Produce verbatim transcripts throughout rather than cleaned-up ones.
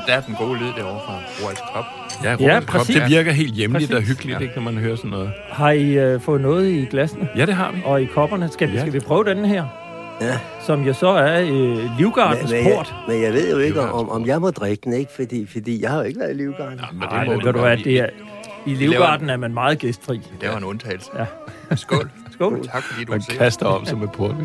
der er den gode lyd derovre fra Roals Kop. Ja, Ja, Roald Kop, præcis. det virker helt hjemligt Præcis. og hyggeligt, ikke, når man hører sådan noget. Har I øh, fået noget i glassene Ja, det har vi. og i kopperne? Skal vi, Ja. skal vi prøve den her? Ja. Som jo så er øh, Livgardens Men, men, jeg, port. men jeg ved jo ikke, om, om jeg må drikke den, ikke? Fordi, fordi jeg har jo ikke været i Livgarden. Ja, men Nej, det må men vi ved du godt. hvad, det er, i Livgarden er man meget gæstfri. Det var en undtagelse. Ja. Skål. Skål. Tak fordi du Man ser. kaster om sig med portvin.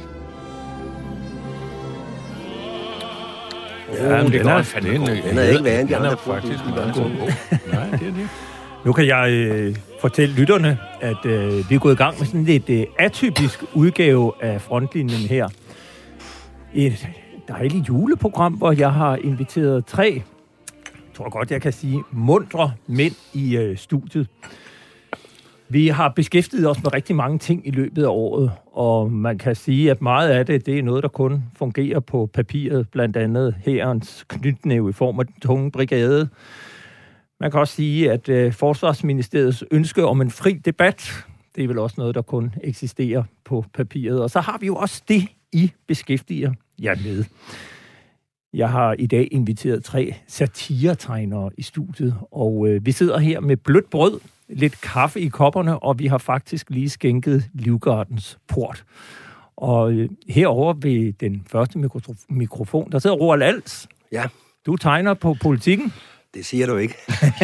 Ja, men det den er er, godt. fandme god. Den er ikke værre end de Den er andre faktisk portvin, meget de god. Nej, det er det. Nu kan jeg øh, fortælle lytterne, at øh, vi er gået i gang med sådan lidt øh, atypisk udgave af Frontlinjen her. Et dejligt juleprogram, hvor jeg har inviteret tre, jeg tror godt, jeg kan sige, muntre mænd i øh, studiet. Vi har beskæftiget os med rigtig mange ting i løbet af året, og man kan sige, at meget af det, det er noget, der kun fungerer på papiret, blandt andet hærens knytnæve i form af den tunge brigade. Man kan også sige, at øh, Forsvarsministeriets ønske om en fri debat, det er vel også noget, der kun eksisterer på papiret. Og så har vi jo også det, I beskæftiger jer med. Jeg har i dag inviteret tre satiretegnere i studiet, og øh, vi sidder her med blødt brød, lidt kaffe i kopperne, og vi har faktisk lige skænket Livgardens port. Og øh, herover ved den første mikro- mikrofon, der sidder Roald Als. Ja, Du tegner på Politikken. det siger du ikke.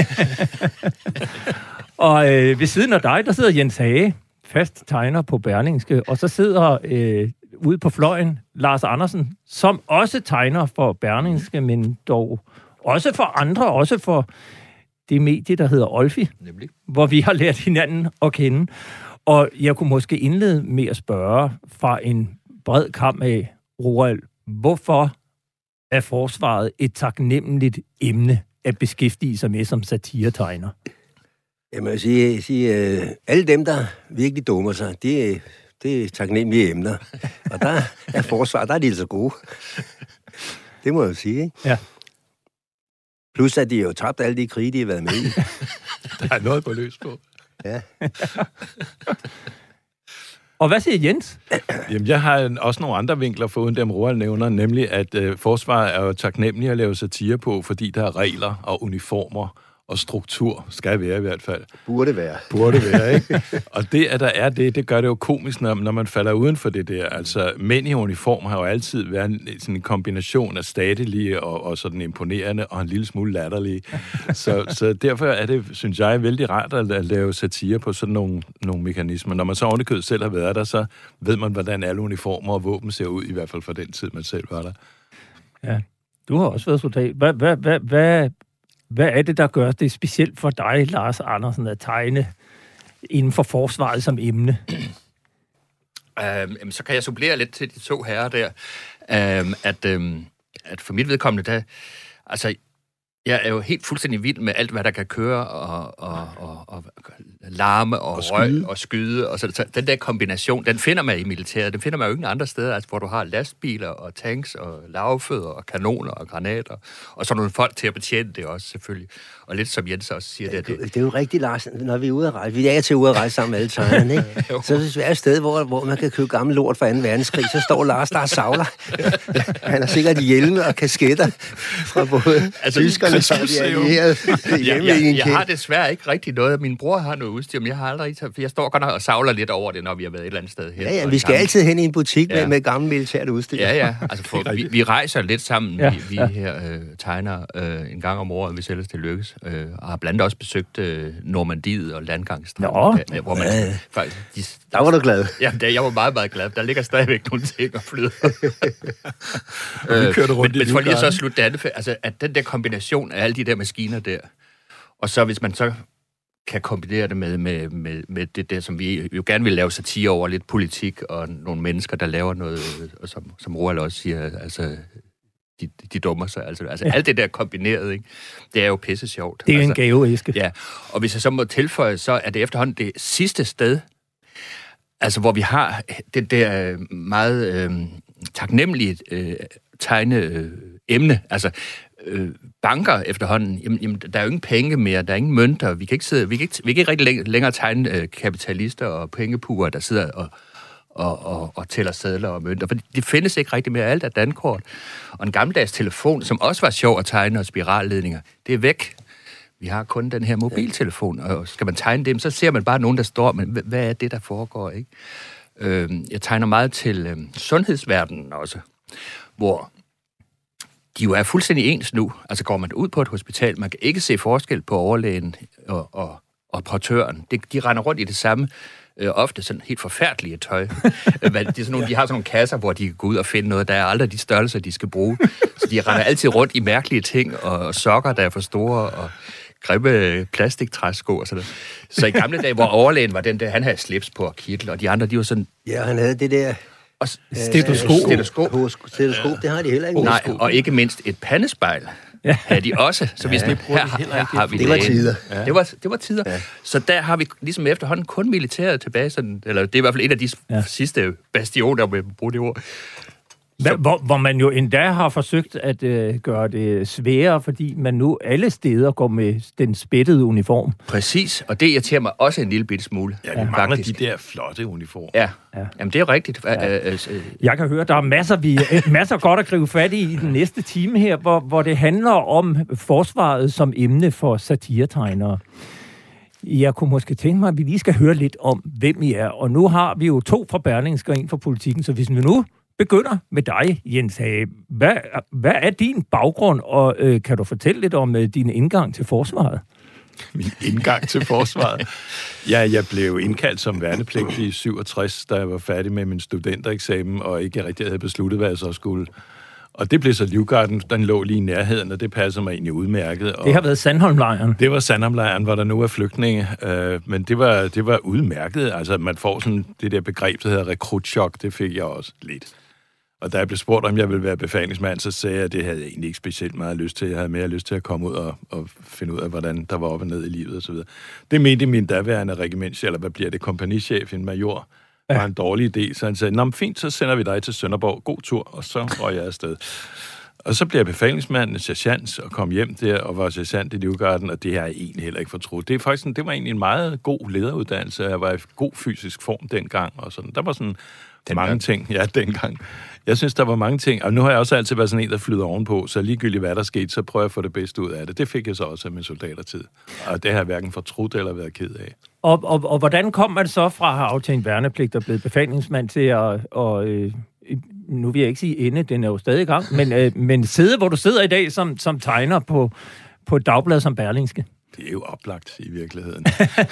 Og øh, ved siden af dig, der sidder Jens Hage, fast tegner på Berlingske, og så sidder øh, ude på fløjen Lars Andersen, som også tegner for Berlingske, men dog også for andre, også for det medie, der hedder Olfi, Nemlig. hvor vi har lært hinanden at kende. Og jeg kunne måske indlede med at spørge fra en bred kam af, Roald, hvorfor er forsvaret et taknemmeligt emne at beskæftige sig med som satiretegner? Jeg må sige, sige øh, alle dem, der virkelig dummer sig, det er, det er taknemmelige emner. Og der er forsvar, der er de så gode. Det må jeg jo sige, ikke? Ja. Plus, at de jo tabt alle de krige, de har været med i. Der er noget på løs på. Ja. Og hvad siger Jens? Jamen, jeg har en- også nogle andre vinkler foruden dem, Roald nævner, nemlig at øh, forsvaret er jo taknemmelig at lave satire på, fordi der er regler og uniformer og struktur, skal være i hvert fald. Burde være. Burde være, ikke? Og det, at der er det, det gør det jo komisk, når, når man falder uden for det der. Altså, mænd i uniform har jo altid været en, sådan en kombination af statelige og, og sådan imponerende og en lille smule latterlige. Så, så derfor er det, synes jeg, vældig rart at, at lave satire på sådan nogle, nogle mekanismer. Når man så ovenikøbet selv har været der, så ved man, hvordan alle uniformer og våben ser ud, i hvert fald for den tid, man selv var der. Ja, du har også været soldat. Hvad, hvad, hvad, hvad, hvad er det, der gør det specielt for dig, Lars Andersen, at tegne inden for forsvaret som emne? Øhm, så kan jeg supplere lidt til de to herrer der, øhm, at, øhm, at for mit vedkommende, der, altså, jeg er jo helt fuldstændig vild med alt, hvad der kan køre og, og, og, og larme og, og røg og skyde. Og så, så den der kombination, den finder man i militæret. Den finder man jo ikke andre steder, altså, hvor du har lastbiler og tanks og lavfødder og kanoner og granater. Og så nogle folk til at betjene det også, selvfølgelig. Og lidt som Jens også siger, det er det. Det er jo rigtigt, Lars, når vi er ude at rejse. Vi er til ude at rejse sammen med alle tegnerne, ikke? Så hvis vi er et sted, hvor, hvor man kan købe gammel lort fra anden verdenskrig, så står Lars der og savler. Han har sikkert hjelme og kasketter fra både Altså, tyskerne, så de er allierede hjemme jeg, i en jeg, jeg kæld. har desværre ikke rigtig noget. Min bror har noget udstyr, men jeg har aldrig... For jeg står godt nok og savler lidt over det, når vi har været et eller andet sted her. Ja, ja, vi skal altid hen i en butik Ja. med, med gammel militært udstyr. Ja, ja. Altså, for, vi, vi rejser lidt sammen, Ja. vi, vi her øh, tegner øh, en gang om året, hvis ellers det lykkes. Øh, og har blandt andet også besøgt øh, Normandiet og Landgangsstranden. Nå. Der, hvor man, Ja. faktisk, de, Der var du glad. Ja, der, jeg var meget, meget glad. Der ligger stadigvæk nogle ting og flyder. Vi kørte rundt men, i men for lige så Livgarden. at slutte det andet, altså, at den der kombination af alle de der maskiner der, og så hvis man så kan kombinere det med, med, med, med det der, som vi jo gerne vil lave satire over, lidt politik og nogle mennesker, der laver noget, og som, som Roald også siger, altså, de, de dummer sig. Altså, altså Ja. alt det der kombineret, ikke? Det er jo pisse sjovt. Det er altså, en gaveæske. Ja, og hvis jeg så må tilføje, så er det efterhånden det sidste sted, altså hvor vi har det der meget øh, taknemmelige øh, tegne øh, emne. Altså øh, banker efterhånden, jamen, jamen, der er jo ingen penge mere, der er ingen mønter, vi kan ikke, sidde, vi kan ikke, vi kan ikke rigtig længere, længere tegne øh, kapitalister og pengepuger, der sidder og og, og, og tæller sedler og mønter. For det findes ikke rigtig mere. Alt er dankort. Og en gammeldags telefon, som også var sjov at tegne, og spiralledninger, det er væk. Vi har kun den her mobiltelefon, og skal man tegne dem, så ser man bare nogen, der står, men hvad er det, der foregår, ikke? Øh, jeg tegner meget til øh, sundhedsverdenen også, hvor de jo er fuldstændig ens nu. Altså går man ud på et hospital, man kan ikke se forskel på overlægen og, og, og portøren. De, de render rundt i det samme, øh, ofte sådan helt forfærdelige tøj. det er sådan nogle, de har sådan nogle kasser, hvor de kan gå ud og finde noget. Der er aldrig de størrelser, de skal bruge. Så de render altid rundt i mærkelige ting, og, og sokker, der er for store, og grimme plastiktræsko og sådan noget. Så i gamle dage, hvor overlægen var den der, han havde slips på og kittel, og de andre, de var sådan... Ja, han havde det der... Og stetoskop. Stetoskop. Stetoskop, det har de heller ikke. Nej, og ikke mindst et pandespejl. Ja. Havde de også. Så hvis ja, vi her, her, her har vi det var tider. Ja. Det var det var tider. Ja. Så der har vi ligesom efterhånden kun militæret tilbage, sådan, eller det er i hvert fald et af de ja. sidste bastioner, med at bruge det ord. Hva, hvor, hvor man jo endda har forsøgt at øh, gøre det sværere, fordi man nu alle steder går med den spættede uniform. Præcis, og det irriterer mig også en lille bitte smule. Ja, vi mangler de der flotte uniformer. Ja, ja. Jamen det er rigtigt. Ja. Jeg kan høre, der er masser, vi, masser godt at gribe fat i i den næste time her, hvor, hvor det handler om forsvaret som emne for satiretegnere. Jeg kunne måske tænke mig, at vi lige skal høre lidt om, hvem I er. Og nu har vi jo to fra Berlingske og en fra Politikken, så hvis vi nu begynder med dig, Jens Hage. Hvad, hvad er din baggrund, og øh, kan du fortælle lidt om øh, din indgang til forsvaret? Min indgang til forsvaret? Ja, jeg blev indkaldt som værnepligtig i syvogtres, da jeg var færdig med min studentereksamen, og ikke rigtig havde besluttet, hvad jeg så skulle. Og det blev så Livgarden, den lå lige i nærheden, og det passer mig egentlig udmærket. Og det har været Sandholmlejren. Det var Sandholmlejren, hvor der nu er flygtninge, øh, men det var, det var udmærket. Altså, man får sådan det der begreb, der hedder rekrutchok, det fik jeg også lidt. Og da jeg blev spurgt, om jeg ville være befalingsmand, så sagde jeg, at det havde jeg egentlig ikke specielt meget lyst til. Jeg havde mere lyst til at komme ud og, og finde ud af, hvordan der var op og ned i livet osv. Det mente min daværende regimentschef, eller hvad bliver det, kompagnichef, en major, var ja. en dårlig idé. Så han sagde, nå, fint, så sender vi dig til Sønderborg. God tur, og så røg jeg afsted. Og så blev jeg befalingsmand, sergeant, og kom hjem der, og var sergeant i Livgarden, og det har jeg egentlig heller ikke fortrudt. Det, er faktisk sådan, det var egentlig en meget god lederuddannelse. Jeg var i god fysisk form dengang, og sådan. Der var sådan den mange gang. ting. Ja, dengang. Jeg synes, der var mange ting, og nu har jeg også altid været sådan en, der flyder ovenpå, så ligegyldigt hvad der skete, så prøver jeg at få det bedste ud af det. Det fik jeg så også af min soldatertid, og det har jeg hverken fortrudt eller været ked af. Og, og, og hvordan kom man så fra at have aftjent værnepligt og blevet befalingsmand til at, og, øh, nu vil jeg ikke sige ende, den er jo stadig i gang, men, øh, men sidde, hvor du sidder i dag som, som tegner på, på et dagblad som Berlingske? Det er jo oplagt i virkeligheden.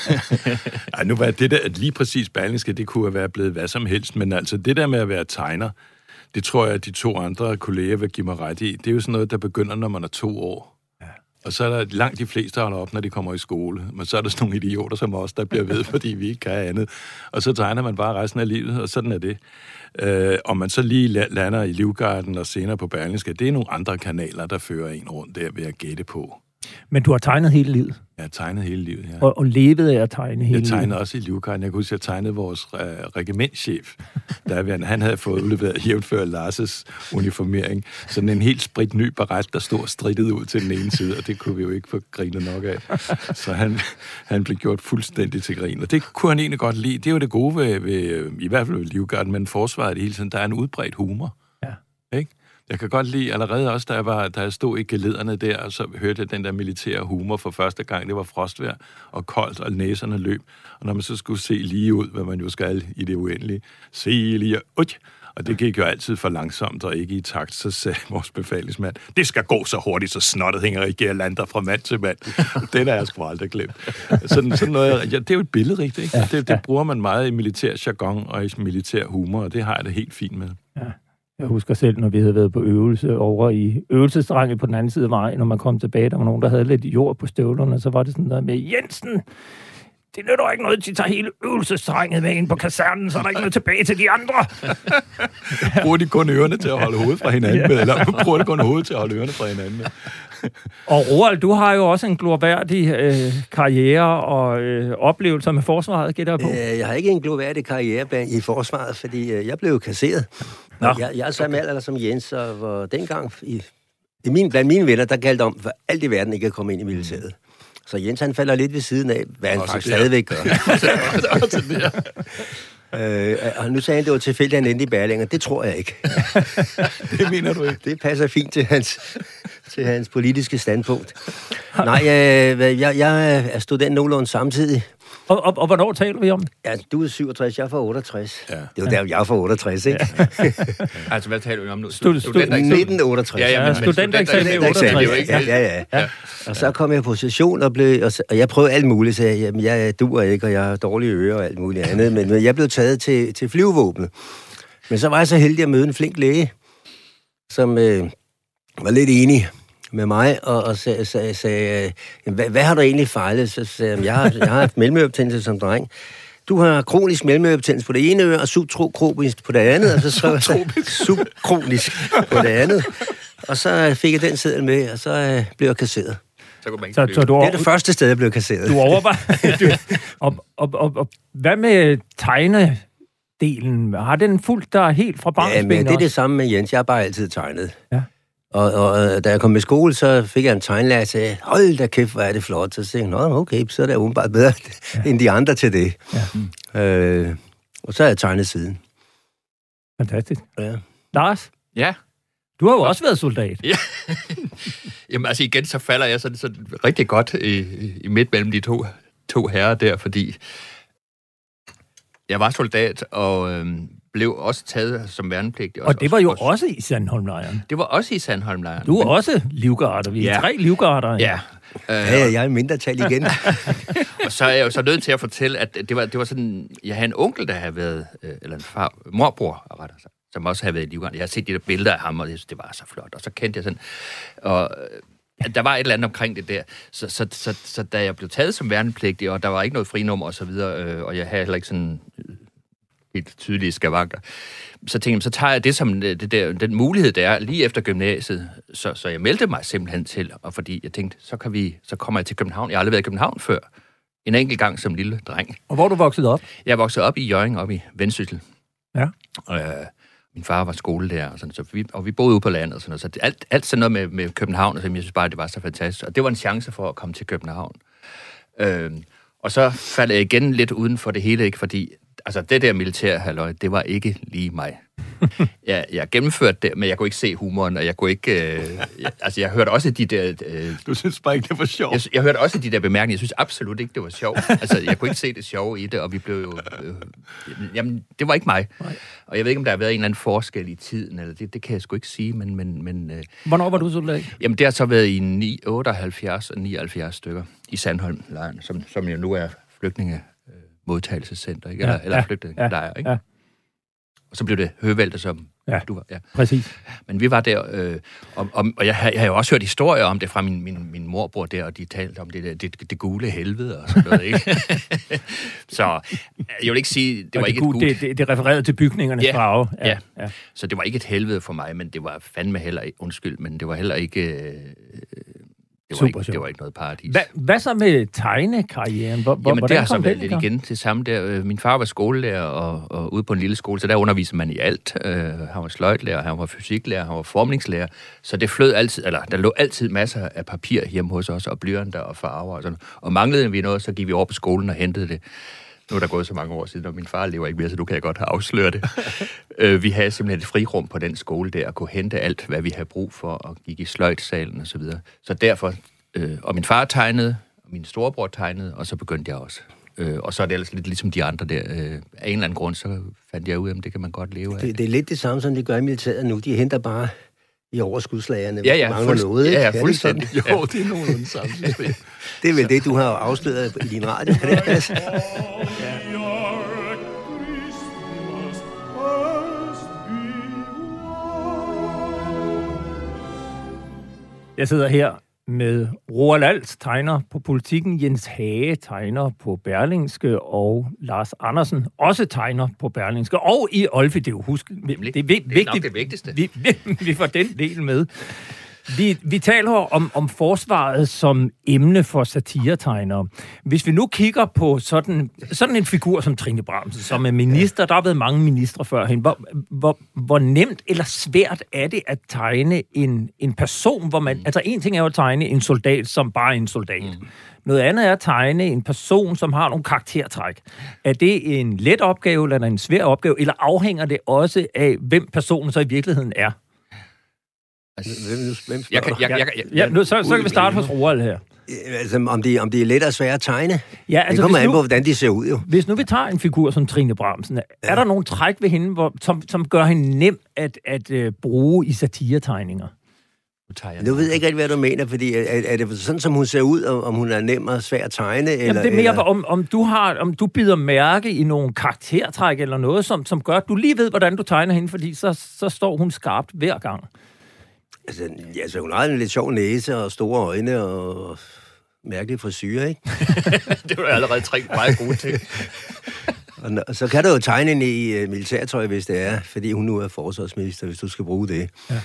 Ej, nu var det der, at lige præcis Berlingske, det kunne have været blevet hvad som helst, men altså det der med at være tegner, det tror jeg, at de to andre kolleger vil give mig ret i. Det er jo sådan noget, der begynder, når man er to år. Ja. Og så er der langt de fleste, der holder op, når de kommer i skole. Men så er der sådan nogle idioter som os, der bliver ved, fordi vi ikke kan andet. Og så tegner man bare resten af livet, og sådan er det. Øh, og man så lige lander i Livgarden og senere på Berlingske, det er nogle andre kanaler, der fører en rundt der ved at gætte på. Men du har tegnet hele livet? Jeg har tegnet hele livet, ja. Og, og levet af at tegne hele livet? Jeg tegnede også i Livgarden. Jeg kunne huske, at jeg tegnede vores øh, regimentschef. Der, han havde fået udleveret jævnfør Lars' uniformering. Sådan en helt spritny baret, der stod strittet ud til den ene side, og det kunne vi jo ikke få grinet nok af. Så han, han blev gjort fuldstændig til grin. Og det kunne han egentlig godt lide. Det er jo det gode ved, ved i hvert fald ved Livgarden, men forsvaret hele tiden. Der er en udbredt humor. Ja. Ikke? Jeg kan godt lide allerede også, da jeg, var, da jeg stod i gelederne der, og så hørte jeg den der militære humor for første gang. Det var frostvejr og koldt, og næserne løb. Og når man så skulle se lige ud, hvad man jo skal i det uendelige, se lige ud. Og det gik jo altid for langsomt og ikke i takt, så sagde vores befalingsmand, det skal gå så hurtigt, så snottet hænger i girlander fra mand til mand. Det der er jeg sgu aldrig glemt. Sådan, sådan noget, ja, det er jo et billedrigt, ikke? Ja, det, det bruger man meget i militær jargon og i militær humor, og det har jeg det helt fint med. Ja. Jeg husker selv, når vi havde været på øvelse over i øvelsesstranget på den anden side af vejen, når man kom tilbage, der var nogen, der havde lidt jord på støvlerne, så var det sådan noget med, Jensen, det nytter ikke noget, de tager hele øvelsesstranget med ind på kasernen, så er der ikke noget tilbage til de andre. Bruger de kun ørerne til at holde hovedet fra hinanden med, eller bruger de kun hovedet til at holde ørerne fra hinanden med? Og Roald, du har jo også en glorværdig øh, karriere og øh, oplevelser med forsvaret, gætter jeg på? Jeg har ikke en glorværdig karriere i forsvaret, fordi øh, jeg blev jo kasseret. Jeg, jeg er samme alder som Jens, og hvor dengang i, i min, blandt mine venner, der galt om, for alt i verden ikke at komme ind i militæret. Så Jens, han falder lidt ved siden af, hvad han faktisk stadigvæk gør. øh, og nu sagde han, det var tilfældigt, at han endte i Berlinger. Det tror jeg ikke. Det mener du ikke? Det passer fint til hans, til hans politiske standpunkt. Nej, jeg, jeg, jeg er student nogenlunde samtidig. Og, og, og hvornår taler vi om? Ja, du er syvogtres, jeg er fra otteogtres. Ja. Det er jo der, jeg er fra otteogtres, ikke? Ja. Altså, hvad taler vi om nu? Stud- stud- nitten otteogtres. Ja, ja, men, Ja, studentereksamen i otteogtres. Ja, ja, ja, ja. Og så kom jeg på session, og, blev, og, og jeg prøvede alt muligt, så jeg, jamen, jeg duer ikke, og jeg har dårlige ører og alt muligt andet, men, men jeg blev taget til, til flyvevåbnet. Men så var jeg så heldig at møde en flink læge, som øh, var lidt enig med mig, og, og sagde, sag, sag, hvad, hvad har du egentlig fejlet? Så sagde jeg, jeg har, jeg har haft mellemørebetændelse som dreng. Du har kronisk mellemørebetændelse på det ene øre, og subkronisk på det andet, og så så subkronisk på det andet. Og så fik jeg den seddel med, og så øh, blev jeg kasseret. Så kunne man ikke Så, så du Det er det første sted, jeg blev kasseret. Du overvejer... du, og, og, og, og hvad med tegnedelen? Har den fulgt dig helt fra barnsben? Ja, men det er det samme med Jens. Jeg har bare altid tegnet. Ja. Og, og da jeg kom i skole, så fik jeg en tegnlærer, og sagde, hold da kæft, hvor er det flot. Så sagde jeg, nå, okay, så er det umiddelbart bedre ja. end de andre til det. Ja. Øh, og så har jeg tegnet siden. Fantastisk. Ja. Lars? Ja. Du har jo også været soldat. Ja. Jamen altså igen, så falder jeg sådan, sådan rigtig godt i, i midt mellem de to, to herrer der, fordi jeg var soldat og øhm, blev også taget som værnepligtig. Og det var jo også, også i Sandholmlejren. Det var også i Sandholmlejren. Du er men... også livgarder. Vi er ja. tre livgarder. Ja. Ja. Øh, ja, jeg er mindretal igen. Og så er jeg jo så nødt til at fortælle, at det var, det var sådan, jeg havde en onkel, der havde været, eller en far, morbror, rettere sagt, som også havde været i livgarden. Jeg har set de der billeder af ham, og det, det var så flot. Og så kendte jeg sådan, og der var et eller andet omkring det der. Så, så, så, så da jeg blev taget som værnepligtig, og der var ikke noget frinummer og så videre, øh, og jeg havde heller ikke sådan helt tydelige skavanker, så tænkte jeg, så tager jeg det som det der, den mulighed, der er lige efter gymnasiet. Så, så jeg meldte mig simpelthen til, og fordi jeg tænkte, så, kan vi, så kommer jeg til København. Jeg har aldrig været i København før. En enkelt gang som lille dreng. Og hvor er du vokset op? Jeg er vokset op i Hjørring, op i Vendsyssel. Ja. Øh, min far var skolelærer, og, sådan, så vi, og vi boede ude på landet. Og sådan noget, så det, alt, alt sådan noget med, med København, og så, jeg synes bare, det var så fantastisk. Og det var en chance for at komme til København. Øh, og så faldt jeg igen lidt uden for det hele, ikke? Fordi altså, det der militær, halløj, det var ikke lige mig. Jeg, jeg gennemførte det, men jeg kunne ikke se humoren, og jeg kunne ikke... Øh, jeg, altså, jeg hørte også de der... Øh, du synes bare ikke, det var sjovt? Jeg, jeg hørte også de der bemærkninger. Jeg synes absolut ikke, det var sjovt. Altså, jeg kunne ikke se det sjove i det, og vi blev jo... Øh, jamen, det var ikke mig. Nej. Og jeg ved ikke, om der har været en eller anden forskel i tiden, eller det, det kan jeg sgu ikke sige, men... men, men øh, Hvornår var du soldat? Jamen, det har så været i otteoghalvfjerds og nioghalvfjerds stykker i Sandholmlejren, som, som jo nu er flygtninge... modtagelsescenter, ikke? Eller, ja, eller ja, flygtningelejr, ja, ikke? Ja. Og så blev det Høvelte, som ja, du var. Ja, præcis. Men vi var der, øh, og, og, og jeg, jeg har jo også hørt historier om det fra min, min, min morbror der, og de talte om det, det, det gule helvede og sådan noget, ikke? Så jeg vil ikke sige, det var og ikke det, et gule... Det, det, det refererede til bygningernes ja, farve. Ja, ja. ja, så det var ikke et helvede for mig, men det var fandme heller ikke, undskyld, men det var heller ikke... Øh, Det var, ikke, det var ikke noget paradis. Hva, hvad så med tegnekarrieren? Hvor, Jamen, det har så været lidt igen til samme der. Min far var skolelærer og, og ude på en lille skole, så der underviser man i alt. Uh, han var sløjtlærer, han var fysiklærer, han var formningslærer. Så det flød altid, eller der lå altid masser af papir hjemme hos os, og blyanter og farver og sådan. Og manglede vi noget, så gik vi over på skolen og hentede det. Nu er der gået så mange år siden, og min far lever ikke mere, så nu kan jeg godt have afsløret det. uh, vi havde simpelthen et frirum på den skole der, og kunne hente alt, hvad vi havde brug for, og gik i sløjtsalen og så videre. Så derfor, uh, og min far tegnede, og min storebror tegnede, og så begyndte jeg også. Uh, og så er det ellers lidt ligesom de andre der. Uh, af en eller anden grund, så fandt jeg ud af, om det kan man godt leve af. Det, det er lidt det samme, som de gør i militæret nu. De henter bare i overskudslagerne, ja, ja, mangler noget, ikke? Ja, ja, fuldstændig. Ja, jo, det er nogenlunde samme system. Det er vel det, du har afsløret i din radio. Er det altså? Jeg sidder her med Roald Als, tegner på Politikken, Jens Hage, tegner på Berlingske, og Lars Andersen, også tegner på Berlingske, og i Olfi, det er jo husk, det er, vi, det er vigtigt, nok det vigtigste. Vi, vi, vi får den del med. Vi, vi taler om, om forsvaret som emne for satiretegnere. Hvis vi nu kigger på sådan, sådan en figur som Trine Bramsen, som er minister, der har været mange ministre førhen, hvor, hvor, hvor nemt eller svært er det at tegne en, en person, hvor man... Altså en ting er jo at tegne en soldat, som bare er en soldat. Mm. Noget andet er at tegne en person, som har nogle karaktertræk. Er det en let opgave, eller en svær opgave, eller afhænger det også af, hvem personen så i virkeligheden er? Altså, hvem jeg kan, jeg, jeg, jeg, jeg, ja, nu, så, så kan vi starte hos Roald her. Altså, om det, om det er let og svært at tegne? Ja, altså, det kommer an nu, på, hvordan de ser ud, jo. Hvis nu vi tager en figur som Trine Bramsen, ja. Er der nogle træk ved hende, hvor, som, som gør hende nem at, at uh, bruge i satiretegninger? Nu ved jeg ikke rigtig, hvad du mener, fordi er, er det sådan, som hun ser ud, om hun er nem og svær at tegne? Eller, Jamen, det er mere, eller? om, om, du har, om du bider mærke i nogle karaktertræk eller noget, som, som gør, at du lige ved, hvordan du tegner hende, fordi så, så står hun skarpt hver gang. Altså, ja, altså, hun har en lidt sjov næse og store øjne og mærkelig frisyre, ikke? Det var allerede tre meget gode ting. Og så kan du jo tegne hende i militærtøj, hvis det er, fordi hun nu er forsvarsminister, hvis du skal bruge det. Ja.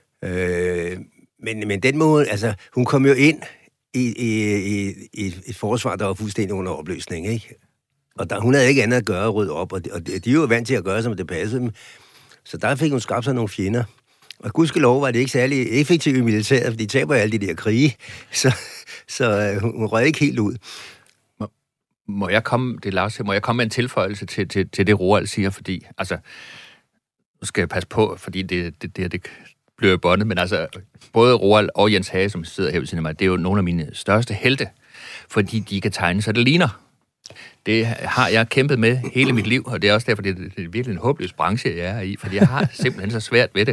Øh, men, men den måde, altså, hun kom jo ind i, i, i, i et forsvar, der var fuldstændig under opløsning, ikke? Og der, hun havde ikke andet at gøre at rydde op, og de, og de er jo vant til at gøre, som det passede dem. Så der fik hun skabt sig nogle fjender. Og gudskelov var det ikke særlig effektivt i militæret, for de taber alle de der krige, så, så uh, hun røg ikke helt ud. Må, må jeg komme, det Lars, må jeg komme med en tilføjelse til, til, til det, Roald siger, fordi, altså, nu skal jeg passe på, fordi det, det, det, det bliver bondet, men altså, både Roald og Jens Hage, som sidder her ved siden af mig, det er jo nogle af mine største helte, fordi de kan tegne, så det ligner. Det har jeg kæmpet med hele mit liv, og det er også derfor, det er, det er virkelig en håbløs branche, jeg er i, fordi jeg har simpelthen så svært ved det.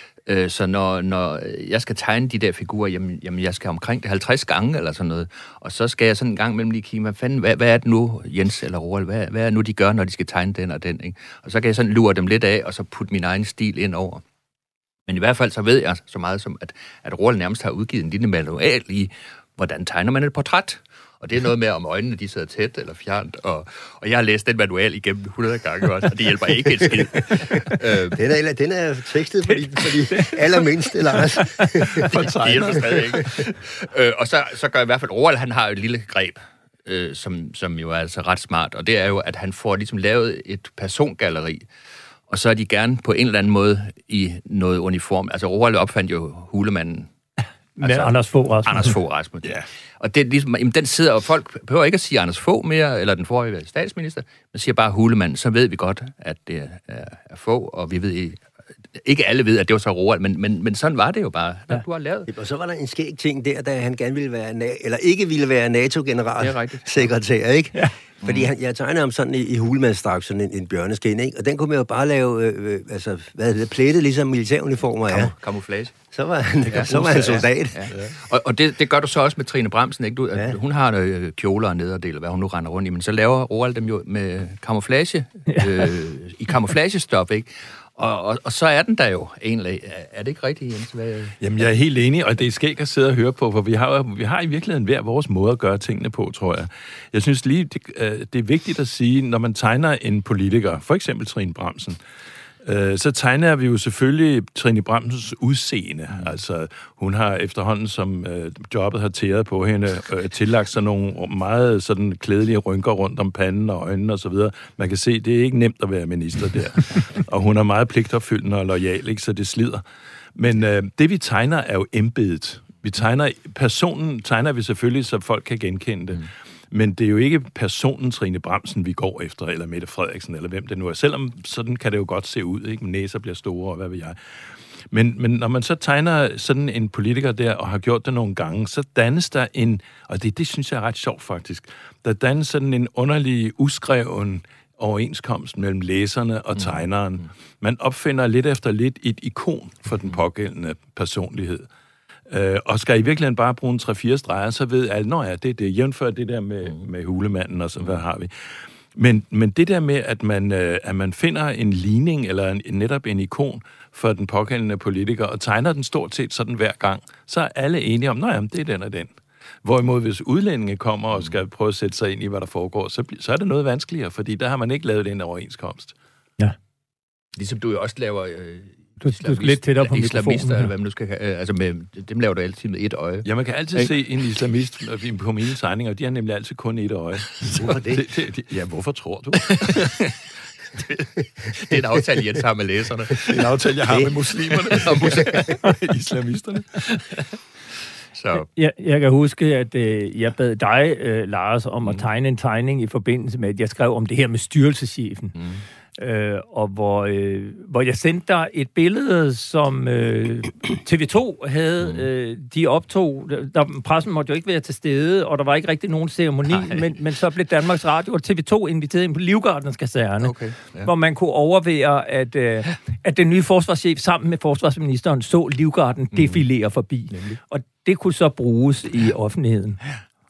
Så når, når jeg skal tegne de der figurer, jamen, jamen jeg skal omkring det halvtreds gange eller sådan noget, og så skal jeg sådan en gang mellem lige kigge, hvad fanden, hvad, hvad er det nu, Jens eller Roald, hvad, hvad er det nu, de gør, når de skal tegne den og den, ikke? Og så kan jeg sådan lure dem lidt af, og så putte min egen stil ind over. Men i hvert fald så ved jeg så meget som, at, at Roald nærmest har udgivet en lille manual i, hvordan tegner man et portræt. Og det er noget med, om øjnene de sidder tæt eller fjernt. Og, og jeg har læst den manual igennem hundrede gange også, og det hjælper ikke et skid. den, er, den er tekstet for de, for de allermindste, Lars. Det hjælper stadig ikke. Øh, og så, så gør i hvert fald Roald, han har et lille greb, øh, som, som jo er altså ret smart. Og det er jo, at han får ligesom lavet et persongalleri. Og så er de gerne på en eller anden måde i noget uniform. Altså Roald opfandt jo hulemanden. Med altså, Anders Fogh Rasmussen. Anders Fogh Rasmussen, ja. Og det, ligesom, jamen, den sidder, og folk behøver ikke at sige Anders Fogh mere, eller den forrige statsminister, man siger bare Hulemand, så ved vi godt, at det er, er Fogh, og vi ved ikke alle ved, at det var så Roald, men, men, men sådan var det jo bare, ja. Du har lavet. Og så var der en skæg ting der, da han gerne ville være, eller ikke ville være NATO-generalsekretær, ikke? Ja. Fordi han, jeg tegnede ham sådan i, i hulemandsdragt, sådan en, en bjørneskin, ikke? Og den kunne man jo bare lave, øh, øh, altså, hvad hedder det, plettet, ligesom militæruniformer er. Camouflage. Så var han, ja, så var han soldat. Ja. Ja. Og, og det, det gør du så også med Trine Bramsen, ikke? Du, ja. Hun har øh, kjoler og nederdel, eller hvad hun nu render rundt i, men så laver Roald dem jo med camouflage, øh, i camouflagestof, ikke? Og, og, og så er den der jo egentlig. Er det ikke rigtigt, Jens? Hvad... Jamen, jeg er helt enig, og det er skægt at sidde og høre på, for vi har, vi har i virkeligheden hver vores måde at gøre tingene på, tror jeg. Jeg synes lige, det, det er vigtigt at sige, når man tegner en politiker, for eksempel Trine Bramsen, så tegner vi jo selvfølgelig Trine Bramsens udseende. Altså, hun har efterhånden, som øh, jobbet har tæret på hende, øh, tillagt sig nogle meget sådan klædelige rynker rundt om panden og øjnene og så videre. Man kan se, det er ikke nemt at være minister der. Og hun er meget pligtopfyldende og loyal, ikke? Så det slider. Men øh, det, vi tegner, er jo embedet. Vi tegner, personen tegner vi selvfølgelig, så folk kan genkende det. Mm. Men det er jo ikke personen Trine Bramsen, vi går efter, eller Mette Frederiksen, eller hvem det nu er. Selvom sådan kan det jo godt se ud, ikke? Næser bliver store, og hvad ved jeg. Men, men når man så tegner sådan en politiker der, og har gjort det nogle gange, så dannes der en, og det, det synes jeg er ret sjovt faktisk, der dannes sådan en underlig, uskreven overenskomst mellem læserne og tegneren. Man opfinder lidt efter lidt et ikon for den pågældende personlighed. Øh, og skal I virkelig bare bruge en tre-fire streger, så ved alle, nå ja, det er det, jævnfør det der med, med hulemanden, og så hvad har vi. Men, men det der med, at man, øh, at man finder en ligning, eller en, netop en ikon for den pågældende politiker, og tegner den stort set sådan hver gang, så er alle enige om, nå ja, det er den og den. Hvorimod, hvis udlændinge kommer og skal prøve at sætte sig ind i, hvad der foregår, så, så er det noget vanskeligere, fordi der har man ikke lavet den overenskomst. Ja. Ligesom du jo også laver... Øh Du, du skal lidt tættere på islamister, mikrofonen. eller hvad man nu skal have. Altså, med, dem laver du altid med et øje. Ja, man kan altid ikke? se en islamist på mine tegninger, og de har nemlig altid kun et øje. Hvorfor det? det, det, det ja, hvorfor tror du? det, det er en aftale, Jens har med læserne. Det er en aftale, jeg har med muslimerne og islamisterne. Så. Jeg, jeg kan huske, at øh, jeg bad dig, øh, Lars, om mm. at tegne en tegning i forbindelse med, at jeg skrev om det her med styrelseschefen. Mm. Øh, og hvor, øh, hvor jeg sendte dig et billede, som øh, T V to havde. Mm. Øh, de optog, der, pressen måtte jo ikke være til stede, og der var ikke rigtig nogen ceremoni, men, men så blev Danmarks Radio og T V to inviteret ind på Livgardens kaserne, okay, ja. Hvor man kunne overvære, at, øh, at den nye forsvarschef sammen med forsvarsministeren så Livgarden mm. defilere forbi. Nemlig. Og det kunne så bruges i offentligheden.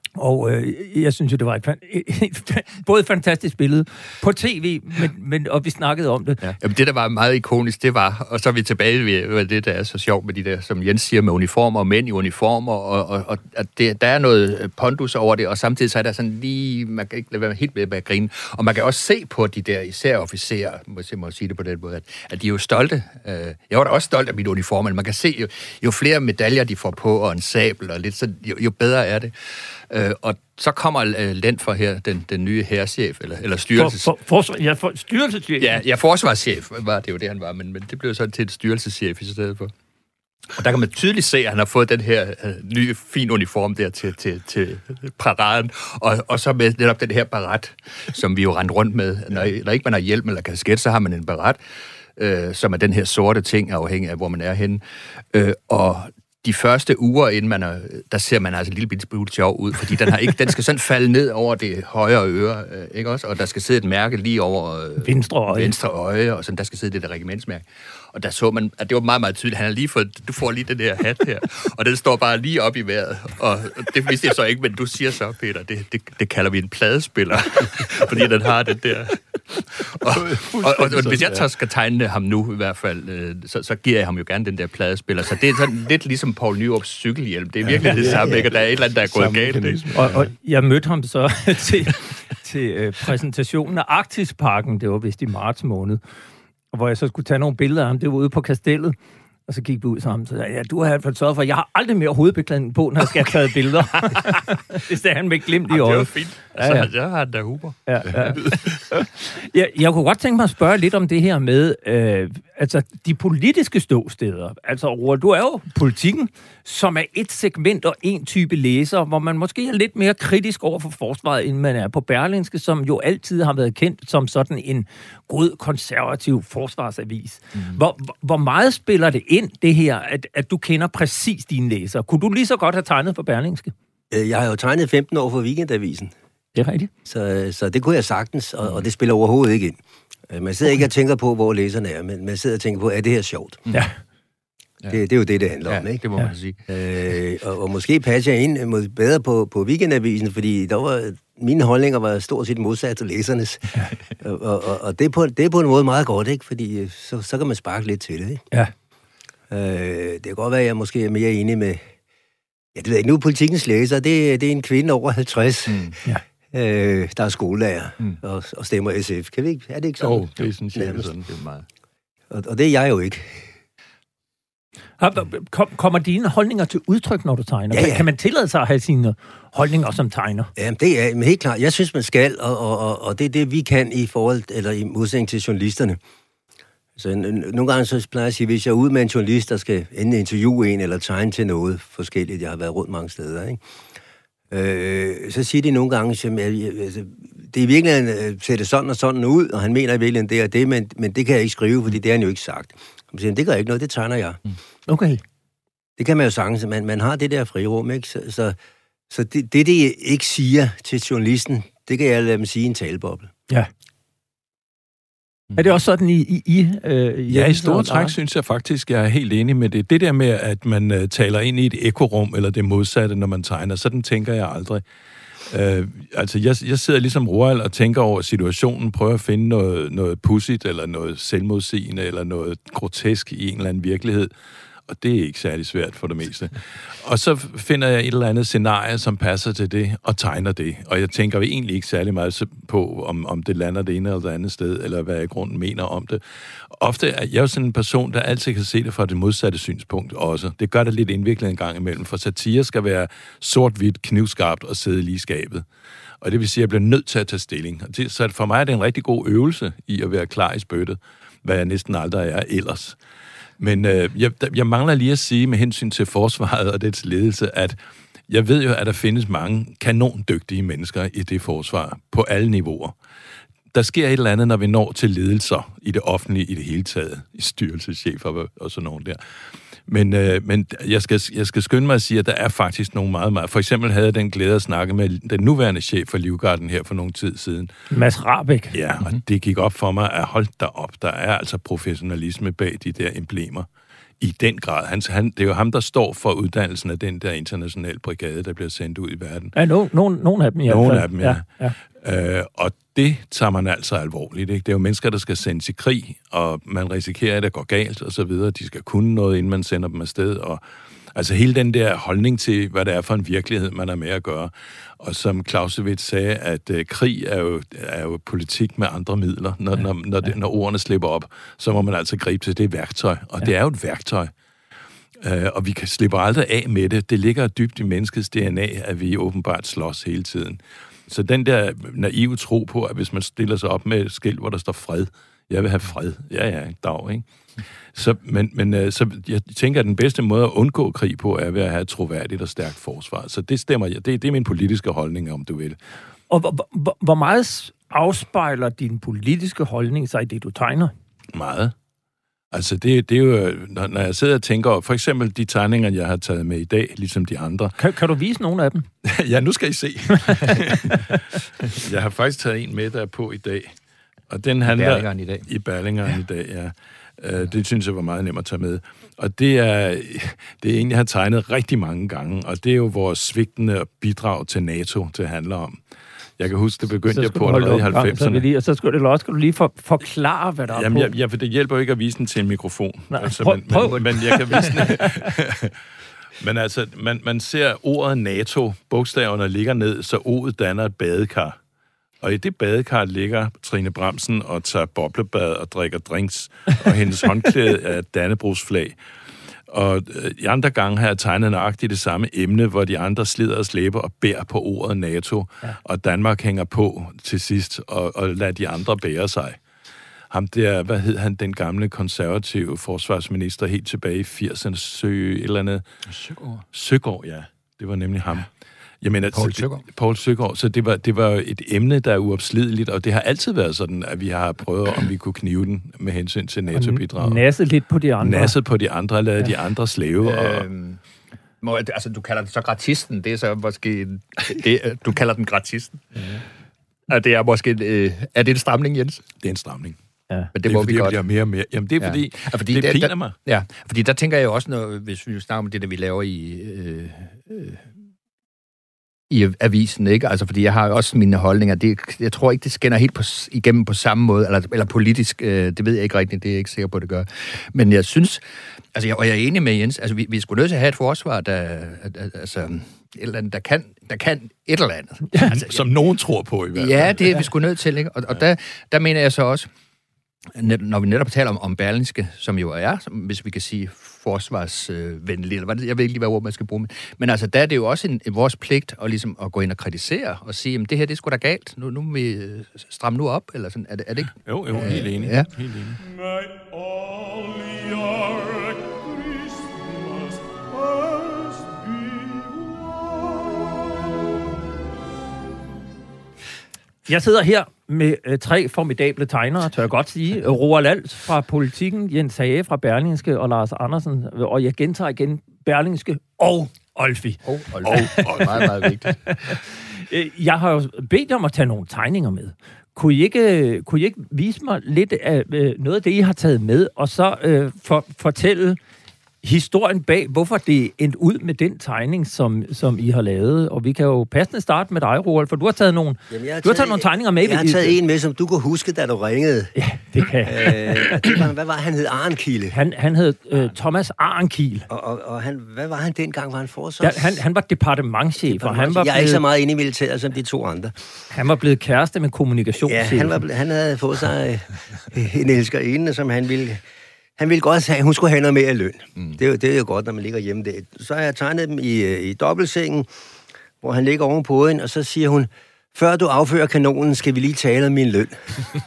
Og øh, jeg synes jo, det var et, et, et både et fantastisk billede på tv, men, men, og vi snakkede om det. Ja. Jamen, det, der var meget ikonisk, det var, og så er vi tilbage ved det, der er så sjovt med de der, som Jens siger, med uniformer og mænd i uniformer, og, og, og at det, der er noget pondus over det, og samtidig så er der sådan lige, man kan ikke lade være helt med at grine, og man kan også se på de der især officerer, må jeg må sige det på den måde, at, at de er jo stolte. Jeg var da også stolt af mit uniform, men man kan se, jo, jo flere medaljer de får på, og en sabel, og lidt, så jo, jo bedre er det. Øh, og så kommer uh, Lentfer her, den, den nye herrechef, eller, eller styrelses... For, for, for, ja, for styrelseschef. Ja, ja, forsvarschef var det jo det, han var, men, men det blev så til et styrelseschef i stedet for. Og der kan man tydeligt se, at han har fået den her uh, nye, fin uniform der til, til, til paraden, og, og så med netop den her baret, som vi jo rendte rundt med. Når, når ikke man har hjelm eller kasket, så har man en baret, uh, som er den her sorte ting, afhængig af, hvor man er henne. Uh, og de første uger, inden man er, der ser man altså en lille bitte smule sjov ud, fordi den, har ikke, den skal sådan falde ned over det højre øre, ikke også? Og der skal sidde et mærke lige over venstre øje, venstre øje og sådan, der skal sidde det der regimentsmærke. Og der så man, at det var meget, meget tydeligt. Han har lige fået, du får lige den der hat her, og den står bare lige op i vejret. Og det vidste jeg så ikke, men du siger så, Peter, det, det, det kalder vi en pladespiller, fordi den har den der. Og, og, og, og hvis jeg tager, skal tegne ham nu i hvert fald, så, så giver jeg ham jo gerne den der pladespiller. Så det er sådan lidt ligesom Poul Nyrups cykelhjelm. Det er virkelig det samme, ikke? Og der er et eller andet, der er gået galt. Og, og jeg mødte ham så til, til uh, præsentationen af Arktisparken, det var vist i marts måned, og hvor jeg så skulle tage nogle billeder af ham. Det var ude på Kastellet. Og så gik vi ud sammen, så sagde ja, du har i hvert fald sørget for, at jeg har aldrig mere hovedbeklædning på, når jeg skal have taget billeder. Det sagde han med glimt i øjet. Det var fint. Ja, ja. Så har han da huber. Ja, ja. jeg, jeg kunne godt tænke mig at spørge lidt om det her med, øh, altså de politiske ståsteder. Altså, Roar, du er jo politikken, som er et segment og en type læser, hvor man måske er lidt mere kritisk over for forsvaret, end man er på Berlingske, som jo altid har været kendt som sådan en god konservativ forsvarsavis. Mm. Hvor, hvor meget spiller det ind, det her, at, at du kender præcis dine læsere? Kunne du lige så godt have tegnet for Berlingske? Jeg har jo tegnet femten år for Weekendavisen. Det er rigtigt. Så, så det kunne jeg sagtens, og, og det spiller overhovedet ikke ind. Man sidder okay. ikke og tænker på, hvor læserne er, men man sidder og tænker på, er det her sjovt? Ja. Det, det er jo det, det handler ja, om, ikke? det må man sige. Øh, og, og måske passer jeg ind mod bedre på, på Weekendavisen, fordi der var, mine holdninger var stort set modsat til læsernes. og og, og det, er på, det er på en måde meget godt, ikke? Fordi så, så kan man sparke lidt til det, ikke? Ja. Øh, det kan godt være, at jeg måske er mere enig med... Ja, det ved jeg ikke. Nu Politikens læser, det, det er en kvinde over halvtreds. Mm. Ja. Øh, der er skolelærer mm. og, og stemmer S F. Kan vi ikke? Er det ikke sådan? Jo, oh, det er sådan, sådan, sådan. Det er meget. Og, og det er jeg jo ikke. Kommer dine holdninger til udtryk, når du tegner? Ja, ja. Kan man tillade sig at have sine holdninger som tegner? Jamen, det er men helt klart. Jeg synes, man skal, og, og, og, og det er det, vi kan i forhold, eller i modsætning til journalisterne. Så nogle gange så plejer jeg at sige, hvis jeg er ude med en journalist, der skal enten interviewe en eller tegne til noget forskelligt, jeg har været rundt mange steder, ikke? Øh, så siger de nogle gange, at altså, det er i virkeligheden ser det sådan og sådan ud, og han mener i virkeligheden det og det, men, men det kan jeg ikke skrive, fordi det har han jo ikke sagt. Så siger han, det gør ikke noget, det tegner jeg. Okay. Det kan man jo sagtens, man, man har det der frirum, ikke? Så, så, så det, det, det ikke siger til journalisten, det kan jeg lade dem sige i en taleboble. Ja. Er det også sådan i... i, i øh, ja, i store træk synes jeg faktisk, jeg er helt enig med det. Det der med, at man uh, taler ind i et ekorum, eller det modsatte, når man tegner, sådan tænker jeg aldrig. Uh, altså, jeg, jeg sidder ligesom Roald og tænker over situationen, prøver at finde noget, noget pudsigt, eller noget selvmodsigende, eller noget grotesk i en eller anden virkelighed. og det er ikke særlig svært for det meste. Og så finder jeg et eller andet scenarie, som passer til det, og tegner det. Og jeg tænker egentlig ikke særlig meget på, om, om det lander det ene eller det andet sted, eller hvad jeg i grunden mener om det. Ofte er jeg jo sådan en person, der altid kan se det fra det modsatte synspunkt også. Det gør det lidt indviklet en gang imellem, for satire skal være sort-hvidt, knivskarpt og sidde lige i skabet. Og det vil sige, at jeg bliver nødt til at tage stilling. Så for mig er det en rigtig god øvelse i at være klar i spyttet, hvad jeg næsten aldrig er ellers. Men øh, jeg, jeg mangler lige at sige med hensyn til forsvaret og dets ledelse, at jeg ved jo, at der findes mange kanondygtige mennesker i det forsvar på alle niveauer. Der sker et eller andet, når vi når til ledelser i det offentlige i det hele taget, i styrelseschefer og sådan nogen der. Men, øh, men jeg, skal, jeg skal skynde mig at sige, at der er faktisk nogle meget, meget... For eksempel havde jeg den glæde at snakke med den nuværende chef for Livgarden her for nogle tid siden. Mads Rahbek. Ja, og det gik op for mig, at hold da op, der er altså professionalisme bag de der emblemer. I den grad. Han, han, det er jo ham, der står for uddannelsen af den der internationale brigade, der bliver sendt ud i verden. Ja, no, no, nogle af dem, ja. Nogle af dem, ja. ja, ja. Øh, og det tager man altså alvorligt, ikke? Det er jo mennesker, der skal sendes i krig, og man risikerer, at det går galt, og så videre. De skal kunne noget, inden man sender dem afsted, og altså hele den der holdning til, hvad det er for en virkelighed, man er med at gøre. Og som Clausewitz sagde, at øh, krig er jo, er jo politik med andre midler. Når, ja, når, når, det, når ordene slipper op, så må man altså gribe til det værktøj. Og ja. Det er jo et værktøj. Øh, og vi kan slippe aldrig af med det. Det ligger dybt i menneskets D N A, at vi åbenbart slås hele tiden. Så den der naive tro på, at hvis man stiller sig op med et skilt, hvor der står fred, jeg vil have fred. Ja, ja, dag, ikke? Så, men, men så jeg tænker, at den bedste måde at undgå krig på, er ved at have et troværdigt og stærkt forsvar. Så det stemmer jeg. Det, det er min politiske holdning, om du vil. Og hvor, hvor, hvor meget afspejler din politiske holdning sig i det, du tegner? Meget. Altså, det, det er jo, når jeg sidder og tænker, for eksempel de tegninger, jeg har taget med i dag, ligesom de andre. Kan, kan du vise nogle af dem? Ja, nu skal I se. Jeg har faktisk taget en med, der er på i dag. Og den handler... I Berlingeren i dag. I Berlingeren ja. i dag, ja. Uh, det synes jeg var meget nemt at tage med. Og det er, det er en, jeg har tegnet rigtig mange gange, og det er jo vores svigtende bidrag til NATO, det handler om. Jeg kan huske, det begyndte jeg på allerede i halvfemserne. Lige, og så skal du, også, skal du lige for, forklare, hvad der er Jamen, på. Jeg, ja, for det hjælper jo ikke at vise den til en mikrofon. Nej, altså, prøv, men, prøv. Men, men jeg kan vise den. Men altså, man, man ser ordet NATO, bogstaverne ligger ned, så ordet danner et badekar. Og i det badekar ligger Trine Bramsen og tager boblebad og drikker drinks, og hendes håndklæde er et Dannebrogsflag. Og i andre gange har jeg tegnet nøjagtigt det samme emne, hvor de andre slider og slæber og bærer på ordet NATO, ja. Og Danmark hænger på til sidst og, og lader de andre bære sig. Ham der, hvad hed han, den gamle konservative forsvarsminister helt tilbage i firserne, Sø, et eller andet? Søgaard. Søgaard, ja. Det var nemlig ham. Jeg mener, Poul Søgaard. Poul Søgaard. Så det var, det var et emne, der er uopslideligt, og det har altid været sådan, at vi har prøvet, om vi kunne knive den med hensyn til NATO-bidrag. Nasset lidt på de andre. Nasset på de andre, lade ja. de andre slæve. Og... Øhm, må, altså, du kalder det så gratisten. Det er så måske... Det, du kalder den gratisten. Ja. Og det er måske... Øh, er det en stramning, Jens? Det er en stramning. Ja. Men det, det må vi godt. Det mere og mere. Jamen, det er fordi, ja. fordi det, det piner mig. Ja, fordi der tænker jeg jo også, når, hvis vi snakker om det, der vi laver i... Øh, øh, i avisen, ikke? Altså, fordi jeg har også mine holdninger. Det, jeg tror ikke, det skinner helt på, igennem på samme måde, eller, eller politisk, øh, det ved jeg ikke rigtigt, det er jeg ikke sikker på, det gør. Men jeg synes, altså, jeg, og jeg er enig med Jens, altså, vi, vi er sgu nødt til at have et forsvar, der, altså, et eller andet, der kan, der kan et eller andet. Altså, som nogen tror på i hvert fald. Ja, det er vi sgu nødt til, ikke? Og, og der, der mener jeg så også, når vi netop taler om, om Berlingske, som jo er, som, hvis vi kan sige, forsvarsvenlig, eller jeg ved ikke lige, hvad ord man skal bruge, men, men altså, der er det jo også en, en vores pligt at, ligesom, at gå ind og kritisere, og sige, at det her, det er sgu da galt, nu, nu må vi stramme nu op, eller sådan, er det, er det ikke? Jo, jo, helt enig. Ja. Helt enig. Jeg sidder her med øh, tre formidable tegnere, tør jeg godt sige. Roald Als fra Politikken, Jens Hage fra Berlingske og Lars Andersen. Og jeg gentager igen Berlingske og Olfi. Og Olfi. Oh, meget, meget vigtigt. Jeg har jo bedt om at tage nogle tegninger med. Kunne I ikke, kunne I ikke vise mig lidt af øh, noget af det, I har taget med, og så øh, for, fortælle historien bag, hvorfor det endte ud med den tegning, som, som I har lavet. Og vi kan jo passende starte med dig, Roald, for du har taget nogle, Jamen, har du har taget nogle tegninger med. Jeg har taget en med, som du kunne huske, da du ringede. Ja, det kan øh, det var, Hvad var han? Hed Arnkilde. Han, han hed øh, Thomas Arnkilde. Og, og, og han, hvad var han dengang? Var han forsvars? Ja, han, han var departementschef, og han var Jeg er blevet, ikke så meget inde i militæret som de to andre. Han var blevet kæreste med kommunikationschef. Ja, han, var, han havde fået sig øh, en elskerinde, som han ville... Han ville godt have, hun skulle have noget mere løn. Mm. Det, er jo, det er jo godt, når man ligger hjemme der. Så har jeg tegnet dem i, i dobbeltsengen, hvor han ligger ovenpå hende, og så siger hun, før du affører kanonen, skal vi lige tale om min løn.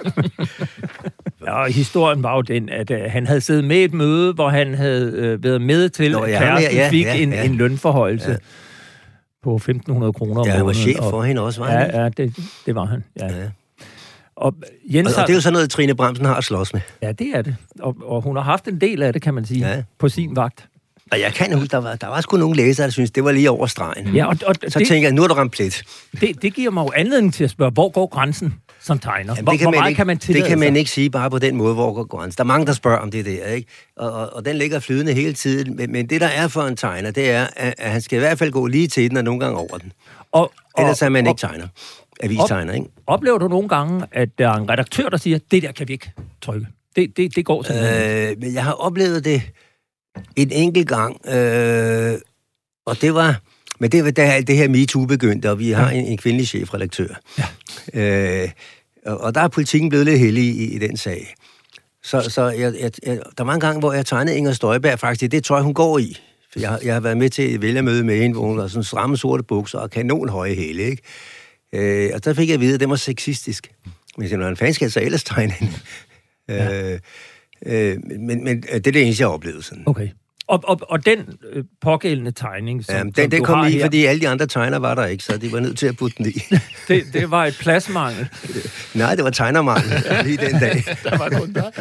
Ja, og historien var jo den, at uh, han havde siddet med et møde, hvor han havde uh, været med til, at kæresten ja, ja, fik ja, ja. En, en lønforhøjelse ja. På femten hundrede kroner om måneden. Ja, han var chef og, for hende også, var ja, han? Ja, det, det var han, ja. ja. Og, Jens og, og det er jo sådan noget, Trine Bramsen har at slås med. Ja, det er det. Og, og hun har haft en del af det, kan man sige, ja. På sin vagt. Og jeg kan huske, der var, der var sgu nogle læsere, der synes det var lige over stregen. Ja, og, og så det, tænker jeg, nu er der ramt plet. Det, det giver mig jo anledning til at spørge, hvor går grænsen som tegner? Jamen, hvor, det kan hvor man meget ikke, kan man tillade Det kan man sig? ikke sige bare på den måde, hvor går grænsen. Der er mange, der spørger om det der, ikke? Og, og, og den ligger flydende hele tiden. Men, men det, der er for en tegner, det er, at, at han skal i hvert fald gå lige til den, og nogle gange over den. Og, og, Ellers er man og, ikke tegner. Avistegner, ikke? Oplever du nogle gange, at der er en redaktør, der siger, det der kan vi ikke trykke? Det, det, det går simpelthen. Øh, men jeg har oplevet det en enkelt gang, øh, og det var... Men det var da det her MeToo begyndte, og vi har en, en kvindelig chefredaktør. Ja. Øh, og, og der er politikken blevet lidt heldig i, i den sag. Så, så jeg, jeg, jeg, der var en gang, hvor jeg tegnede Inger Støjberg faktisk. Det tror jeg, hun går i. For jeg, jeg har været med til et vælgermøde med hende, hvor hun var sådan stramme sorte bukser og kanonhøje hæle, ikke? Øh, og der fik jeg at vide, at det var sexistisk. Men jeg siger, hvordan fanden skal jeg så ellers tegne hende? Ja. Øh, øh, men, men det er det eneste, jeg har oplevet sådan. Okay. Og, og, og den øh, pågældende tegning, som, Jamen, som den, den du kom har i, her, fordi alle de andre tegner var der ikke, så de var nødt til at putte den i. det, det var et pladsmangel. Nej, det var tegnermangel lige den dag. Der var kun der.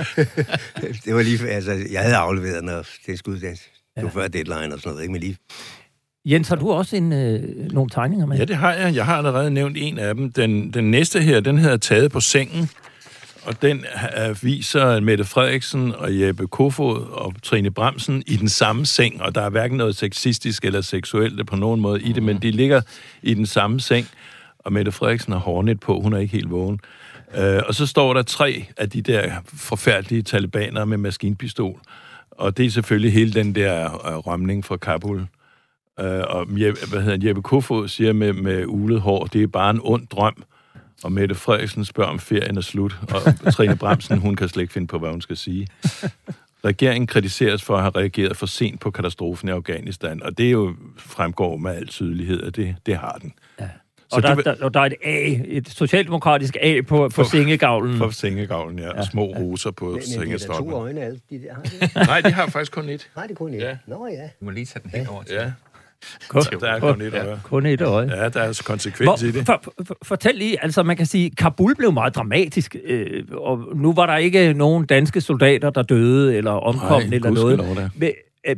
Det var lige, altså, jeg havde afleveret, når det skulle det var ja. Før deadline og sådan noget, ikke? Men lige... Jens, har du også en, øh, nogle tegninger med? Ja, det har jeg. Jeg har allerede nævnt en af dem. Den, den næste her, den hedder Taget på sengen. Og den uh, viser Mette Frederiksen og Jeppe Kofod og Trine Bramsen i den samme seng, og der er hverken noget sexistisk eller seksuelt på nogen måde i det, men de ligger i den samme seng, og Mette Frederiksen har hårnet på, hun er ikke helt vågen. Uh, og så står der tre af de der forfærdelige talibanere med maskinpistol, og det er selvfølgelig hele den der uh, rømning fra Kabul. Uh, og Jeppe, hvad hedder Jeppe Kofod siger med, med ulet hår, det er bare en ond drøm. Og Mette Frederiksen spørger, om ferien er slut, og Trine Bramsen, hun kan slet ikke finde på, hvad hun skal sige. Regeringen kritiseres for at have reageret for sent på katastrofen i Afghanistan, og det er jo fremgår med al tydelighed, at det, det har den. Ja. Og, der, der, og der er et A, et socialdemokratisk A på, på sengegavlen. På sengegavlen, ja. ja. Og små roser på men, sengestokken. Men de to øjne, alle de der, har de? Nej, de har faktisk kun et. Nej, det er kun et. Ja. Nå ja. Du må lige tage den hen over til. Ja. Kun, der er kun et øje. Kun et øje. Ja, der er altså konsekvens i det. For, for, fortæl lige, altså man kan sige, Kabul blev meget dramatisk, øh, og nu var der ikke nogen danske soldater, der døde eller omkom Nej, eller noget. Men, øh,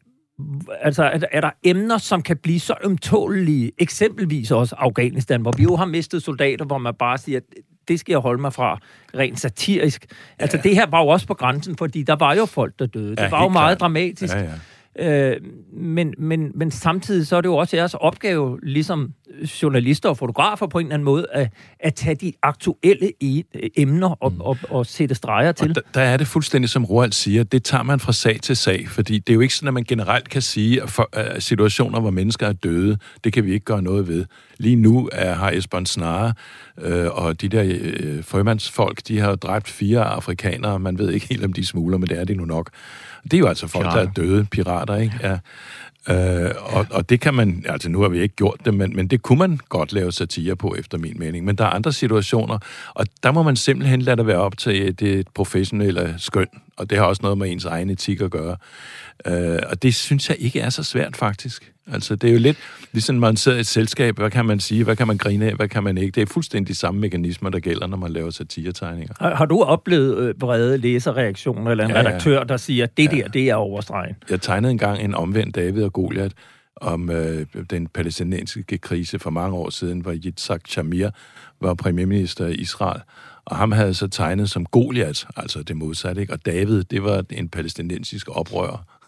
altså er, er der emner, som kan blive så ømtålelige, eksempelvis også Afghanistan, hvor vi jo har mistet soldater, hvor man bare siger, at det skal jeg holde mig fra, rent satirisk. Altså ja. Det her var jo også på grænsen, fordi der var jo folk, der døde. Det ja, var jo meget klart. Dramatisk. Ja, ja. Øh, men, men, men samtidig så er det jo også jeres opgave, ligesom journalister og fotografer på en eller anden måde, at, at tage de aktuelle emner og, mm. og, og sætte streger til. Og der, der er det fuldstændig, som Roald siger, det tager man fra sag til sag, fordi det er jo ikke sådan, at man generelt kan sige, at, for, at situationer, hvor mennesker er døde, det kan vi ikke gøre noget ved. Lige nu er, har Esbern Snare øh, og de der øh, frømandsfolk, de har dræbt fire afrikanere, man ved ikke helt, om de smugler, men det er det nu nok. Det er jo altså folk, pirater. Der er døde, pirater, ikke? Ja. Øh, og, og det kan man, altså nu har vi ikke gjort det, men, men det kunne man godt lave satire på, efter min mening. Men der er andre situationer, og der må man simpelthen lade det være op til det professionelle skøn, og det har også noget med ens egen etik at gøre. Øh, og det synes jeg ikke er så svært, faktisk. Altså, det er jo lidt, ligesom man sidder i et selskab, hvad kan man sige, hvad kan man grine af, hvad kan man ikke. Det er fuldstændig de samme mekanismer, der gælder, når man laver satiretegninger. Har, har du oplevet øh, brede læserreaktioner, eller en ja, redaktør, ja. Der siger, det ja. Der, det er overstregen? Jeg tegnede engang en omvendt David og Goliat om øh, den palæstinensiske krise for mange år siden, hvor Yitzhak Shamir var premierminister i Israel. Og ham havde så tegnet som Goliat, altså det modsatte, ikke? Og David, det var en palæstinensisk oprører.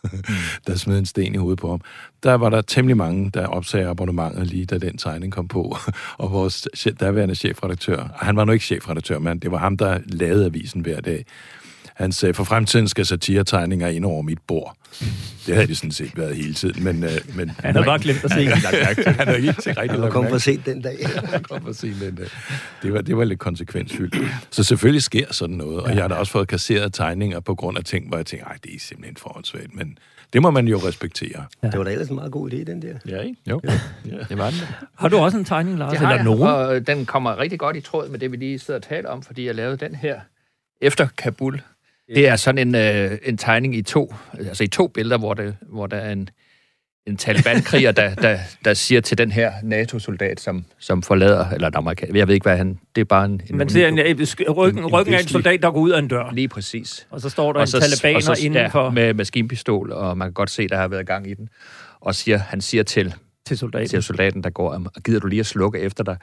der smed en sten i hovedet på ham. Der var der temmelig mange, der opsagde abonnementet lige, da den tegning kom på. Og vores daværende chefredaktør, han var nu ikke chefredaktør, men det var ham, der lavede avisen hver dag. Han sagde, for fremtiden skal satiretegninger ind over mit bord. Det havde det sådan set været hele tiden, men... Øh, men han havde bare glemt at se. Han havde ikke rigtig lagt mærke. kom for sent den dag. Han kom for sent den dag. Det var, det var lidt konsekvensfyldt. Så selvfølgelig sker sådan noget, og jeg har da også fået kasseret tegninger på grund af ting, hvor jeg tænker, ej, det er simpelthen forhåndsvægt, men det må man jo respektere. Ja. Det var da ellers en meget god idé, den der. Ja, ikke? Jo. Ja. Ja. Det var den. Har du også en tegning, Lars? Det har eller jeg, nogen? og den kommer rigtig godt i tråd med det, vi lige sidder og taler om, fordi jeg lavede den her efter Kabul. Det er sådan en, øh, en tegning i to, altså i to billeder, hvor, det, hvor der er en, en Taliban-kriger, der, der, der siger til den her NATO-soldat, som, som forlader, eller en amerikaner, jeg ved ikke, hvad han, det er bare en... en Man ser en, ryggen, en, ryggen af en soldat, der går ud af en dør. Lige præcis. Og så står der og en så, talibaner så, indenfor. Ja, med maskinpistol, og man kan godt se, der har været gang i den. Og siger, han siger til, til soldaten. til soldaten, der går, gider du lige at slukke efter dig?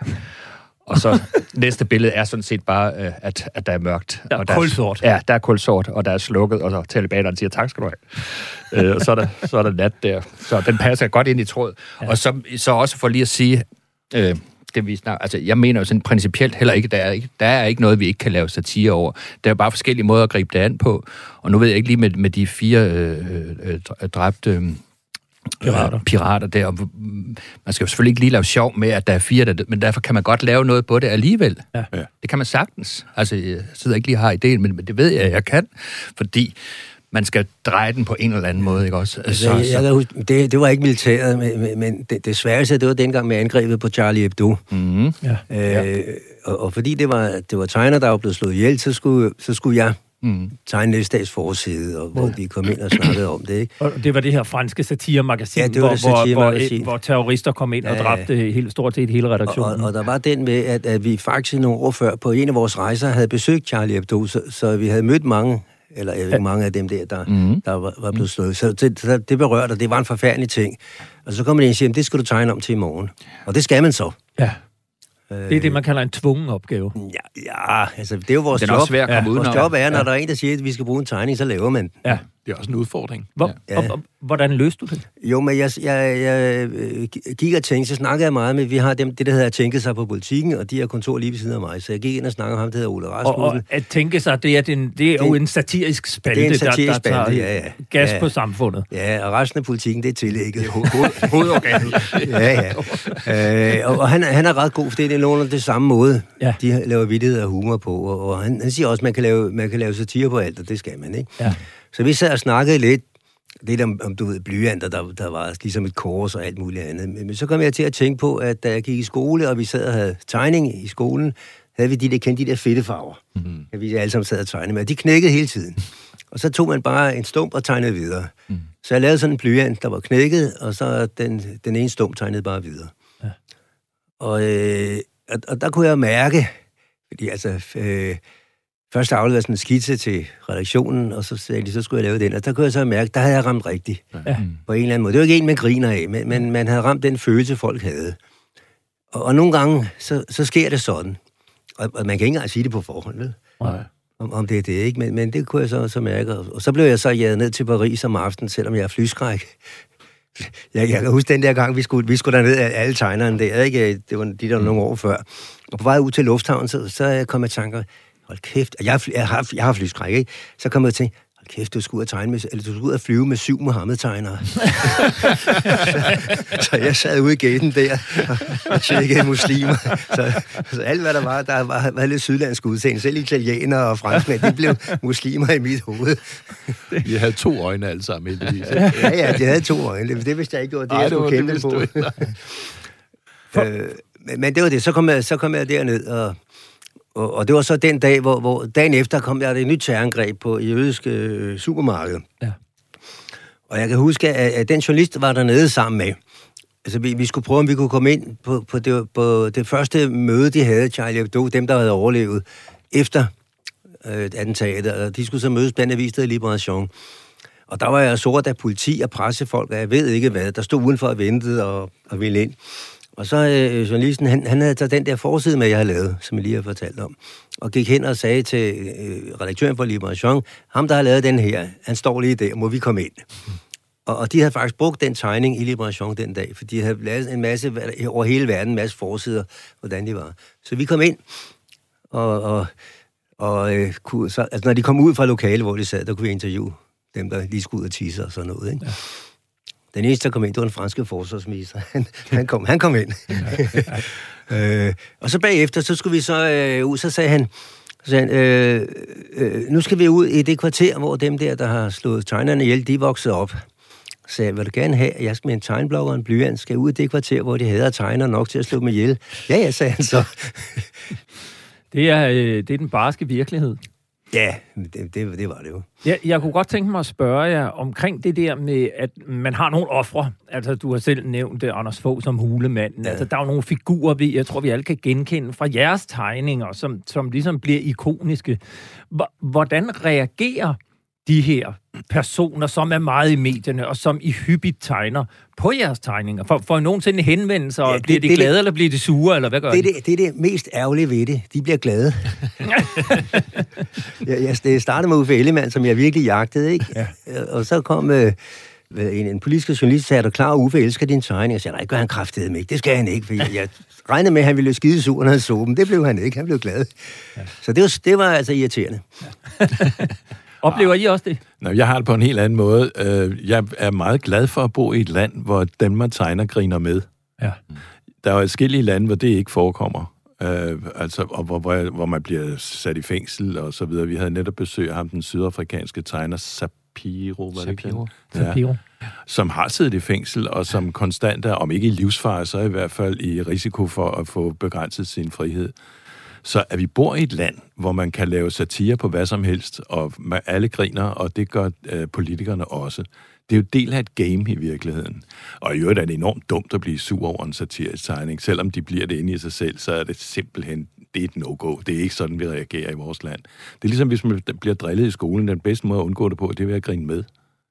Og så næste billede er sådan set bare, at, at der er mørkt. Der er og der kulsort. Ja, der er kulsort, og der er slukket, og så talibanerne siger, tak skal du have. øh, og så er, der, så er der nat der. Så den passer godt ind i tråd. Ja. Og så, så også for lige at sige, øh, det vi snakker, altså jeg mener jo sådan principielt heller ikke, der er ikke, der er ikke noget, vi ikke kan lave satire over. Der er bare forskellige måder at gribe det an på. Og nu ved jeg ikke lige med, med de fire øh, øh, dræbte... Øh, Pirater. Pirater der. Man skal jo selvfølgelig ikke lige lave sjov med, at der er fire, der, men derfor kan man godt lave noget på det alligevel. Ja. Det kan man sagtens. Altså, jeg sidder ikke lige har ideen, men det ved jeg, at jeg kan, fordi man skal dreje den på en eller anden måde, ikke også? Altså, så, jeg, jeg kan huske, det, det var ikke militæret, men, men det, det sværeste, det var dengang med angrebet på Charlie Hebdo. Mm-hmm. Ja. Øh, og, og fordi det var, det var tegner, der var blevet slået ihjel, så skulle, så skulle jeg Mm. tegne næste dags forside, og hvor ja. vi kom ind og snakkede om det, ikke? Og det var det her franske satiremagasin, ja, det var hvor, det satiremagasin. Hvor, hvor terrorister kom ind og ja. dræbte helt, stort set hele redaktionen. Og, og, og der var den med, at, at vi faktisk nogle år før på en af vores rejser havde besøgt Charlie Hebdo, så, så vi havde mødt mange, eller jeg ved ikke, mange af dem der, der, mm. der var, var blevet slået. Så det, det berørte, og det var en forfærdelig ting. Og så kom man ind og siger, det skal du tegne om til i morgen. Og det skal man så. Ja. Det er det, man kalder en tvungen opgave. Ja, ja, altså det er jo vores det er job. Også svært at komme ja. Vores ud, job er, når ja. der er en, der siger, at vi skal bruge en tegning, så laver man den. Ja. Det er også en udfordring. Hvor, ja. og, og, hvordan løste du det? Jo, men jeg, jeg, jeg gik og tænkte, så snakkede jeg meget med, vi har dem, det, der hedder at tænke sig på politikken, og de har kontor lige ved siden af mig. Så jeg gik ind og snakkede med ham, der hedder Ole Rasmussen. Og, og at tænke sig, det er, den, det er jo en satirisk spalte, det er en satirisk der, der spalte, tager ja, ja. gas ja. på samfundet. Ja, og resten af politikken, det er tillægget. Hovedorganet. ja, ja. Øh, og og han, han er ret god, for det er nogen af det samme måde, ja. de laver vittighed og humor på. Og, og han, han siger også, at man kan, lave, man kan lave satire på alt, og det skal man, ikke? Ja. Så vi sad og snakkede lidt, lidt om, om du ved, blyanter, der, der var ligesom et kors og alt muligt andet. Men så kom jeg til at tænke på, at da jeg gik i skole, og vi sad og havde tegning i skolen, havde vi de der, kendte de der fedtefarver. Mm-hmm. Ja, vi alle sammen sad og tegnede med. De knækkede hele tiden. Og så tog man bare en stump og tegnede videre. Mm. Så jeg lavede sådan en blyant, der var knækket, og så den, den ene stump tegnede bare videre. Ja. Og, øh, og, og der kunne jeg mærke, fordi altså... Øh, Først afleverede sådan en skitse til redaktionen, og så sagde de, så skulle jeg lave den. Og der kunne jeg så mærke, der havde jeg ramt rigtigt. Ja. På en eller anden måde. Det var ikke en, man griner af, men, men man havde ramt den følelse, folk havde. Og, og nogle gange, så, så sker det sådan. Og, og man kan ikke engang sige det på forhånd, vel? Nej. Om, om det er det, ikke? Men, men det kunne jeg så, så mærke. Og så blev jeg så jaget ned til Paris om aftenen, selvom jeg er flyskræk. Jeg, jeg kan huske den der gang, vi skulle, vi skulle derned af alle tegnerne der, ikke? Det var de der nogle år før. Og på vej ud til lufthavnen, så, så kom jeg i tanker, hold kæft, jeg, jeg, har, jeg har flyskræk, ikke? Så kom jeg og tænkte, hold kæft, du skulle ud at tegne med, eller du skulle ud at flyve med syv Mohammed-tegnere. så, så jeg sad ude i gaten der og, og tjekkede muslimer. Så, så alt, hvad der var, der var, var lidt sydlandsk udseende. Selv italienere og franskmænd, det blev muslimer i mit hoved. De havde to øjne alle sammen, heldigvis. ja, ja, de havde to øjne. Det, det vidste jeg ikke, det var det, Ej, jeg skulle kæmpe på. øh, men, men det var det. Så kom jeg, så kom jeg derned, og Og, og det var så den dag, hvor, hvor dagen efter kom der et nyt terrorangreb på jødiske øh, supermarked. Ja. Og jeg kan huske, at, at den journalist var dernede sammen med. Altså, vi, vi skulle prøve, om vi kunne komme ind på, på, det, på det første møde, de havde, Charlie Hebdo, dem, der havde overlevet efter øh, attentatet. Og de skulle så mødes blandt aviset i Liberation. Og der var jeg sort af politi og pressefolk, og jeg ved ikke hvad, der stod udenfor og ventede og, og ville ind. Og så øh, journalisten, han, han havde taget den der forside med, jeg havde lavet, som jeg lige har fortalt om, og gik hen og sagde til øh, redaktøren for Liberation, ham, der har lavet den her, han står lige der, må vi komme ind? Og, og de havde faktisk brugt den tegning i Liberation den dag, for de havde lavet en masse, over hele verden, en masse forsider, hvordan de var. Så vi kom ind, og, og, og øh, kunne, så, altså når de kom ud fra lokalet, hvor de sad, der kunne vi interviewe dem, der lige skulle ud og tisse og sådan noget, ikke? Ja. Den eneste, der kom ind, det var den franske forsvarsminister. Han, han, kom, han kom ind. øh, og så bagefter, så skulle vi så øh, ud, så sagde han, så sagde han øh, øh, nu skal vi ud i det kvarter, hvor dem der, der har slået tegnerne ihjel, de voksede op. Så sagde jeg, vil du gerne have, at jeg skal med en tegnblok og en blyant, skal ud i det kvarter, hvor de hader tegner nok til at slå dem ihjel. Ja, ja, sagde han så. det, er, øh, det er den barske virkelighed. Ja, det, det, det var det jo. Jeg, jeg kunne godt tænke mig at spørge jer omkring det der med, at man har nogle ofre. Altså, du har selv nævnt det, Anders Fogh som hulemanden. Ja. Altså, der er jo nogle figurer, vi, jeg tror, vi alle kan genkende fra jeres tegninger, som, som ligesom bliver ikoniske. Hvordan reagerer de her personer, som er meget i medierne, og som i hyppigt tegner på jeres tegninger? For, for nogensinde henvendelser, ja, det, bliver de det, glade, det, eller bliver de sure, eller hvad gør det, de? Det, det er det mest ærgerlige ved det. De bliver glade. jeg, jeg, det startede med Uffe Ellemann, som jeg virkelig jagtede, ikke? Ja. Og så kom øh, en, en politisk journalist, sagde, er du klar, at Uffe elsker din tegning? Jeg sagde, nej, gør han kraftedeme ikke. Det skal han ikke, for jeg, jeg regnede med, at han ville skide sur, når han så dem. Det blev han ikke. Han blev glad. Ja. Så det var, det var altså irriterende. Ja. Oplever I også det? Nå, jeg har det på en helt anden måde. Jeg er meget glad for at bo i et land, hvor dem, man tegner, griner med. Ja. Der er jo forskellige lande, hvor det ikke forekommer. Øh, altså, og hvor, hvor, hvor man bliver sat i fængsel og så videre. Vi havde netop besøg af ham, den sydafrikanske tegner Sapiro, var det Sapiro. Ja, Sapiro. som har siddet i fængsel, og som konstant er, om ikke i livsfare, så i hvert fald i risiko for at få begrænset sin frihed. Så at vi bor i et land, hvor man kan lave satire på hvad som helst, og alle griner, og det gør øh, politikerne også. Det er jo del af et game i virkeligheden. Og i øvrigt er det enormt dumt at blive sur over en satirisk tegning. Selvom de bliver det inde i sig selv, så er det simpelthen, det er et no-go. Det er ikke sådan, vi reagerer i vores land. Det er ligesom, hvis man bliver drillet i skolen. Den bedste måde at undgå det på, det er ved at grine med.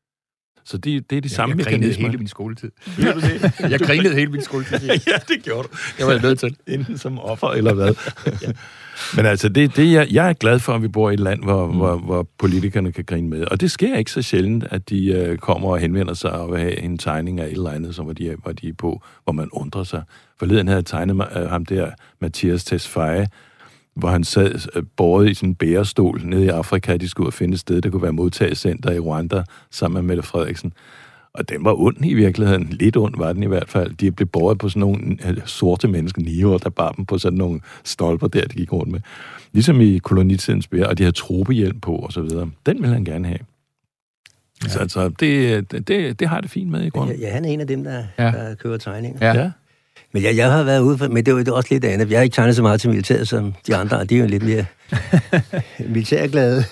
Så det, det er de ja, samme jeg mekanismer. Jeg grinede hele min skoletid. Gør du det? Jeg grinede hele min skoletid. Ja, det gjorde du. Jeg var nødt til. Enten som offer eller hvad. Ja. Men altså, det, det jeg, jeg er glad for, at vi bor i et land, hvor, mm. hvor, hvor politikerne kan grine med. Og det sker ikke så sjældent, at de uh, kommer og henvender sig og vil have en tegning af et eller andet, som hvor de, hvor de er på, hvor man undrer sig. Forleden havde jeg tegnet uh, ham der, Mathias Tesfaye, hvor han sad uh, båret i sådan en bærestol nede i Afrika. De skulle ud og finde et sted, der kunne være modtagelsescenter i Rwanda, sammen med Mette Frederiksen. Og den var ond i virkeligheden. Lidt ond var den i hvert fald. De blev båret på sådan nogle sorte mennesker, niver, der bar dem på sådan nogle stolper der, de gik rundt med. Ligesom i kolonitidens bær, og de havde tropehjelm på, og så videre. Den vil han gerne have. Ja. Så altså, det, det, det har det fint med i grunden. Ja, han er en af dem, der, ja. der kører tegninger. Ja. ja. Men jeg, jeg har været ude for, men det er jo også lidt andet. Jeg har ikke tegnet så meget til militæret som de andre, og de er jo lidt mere militærglade.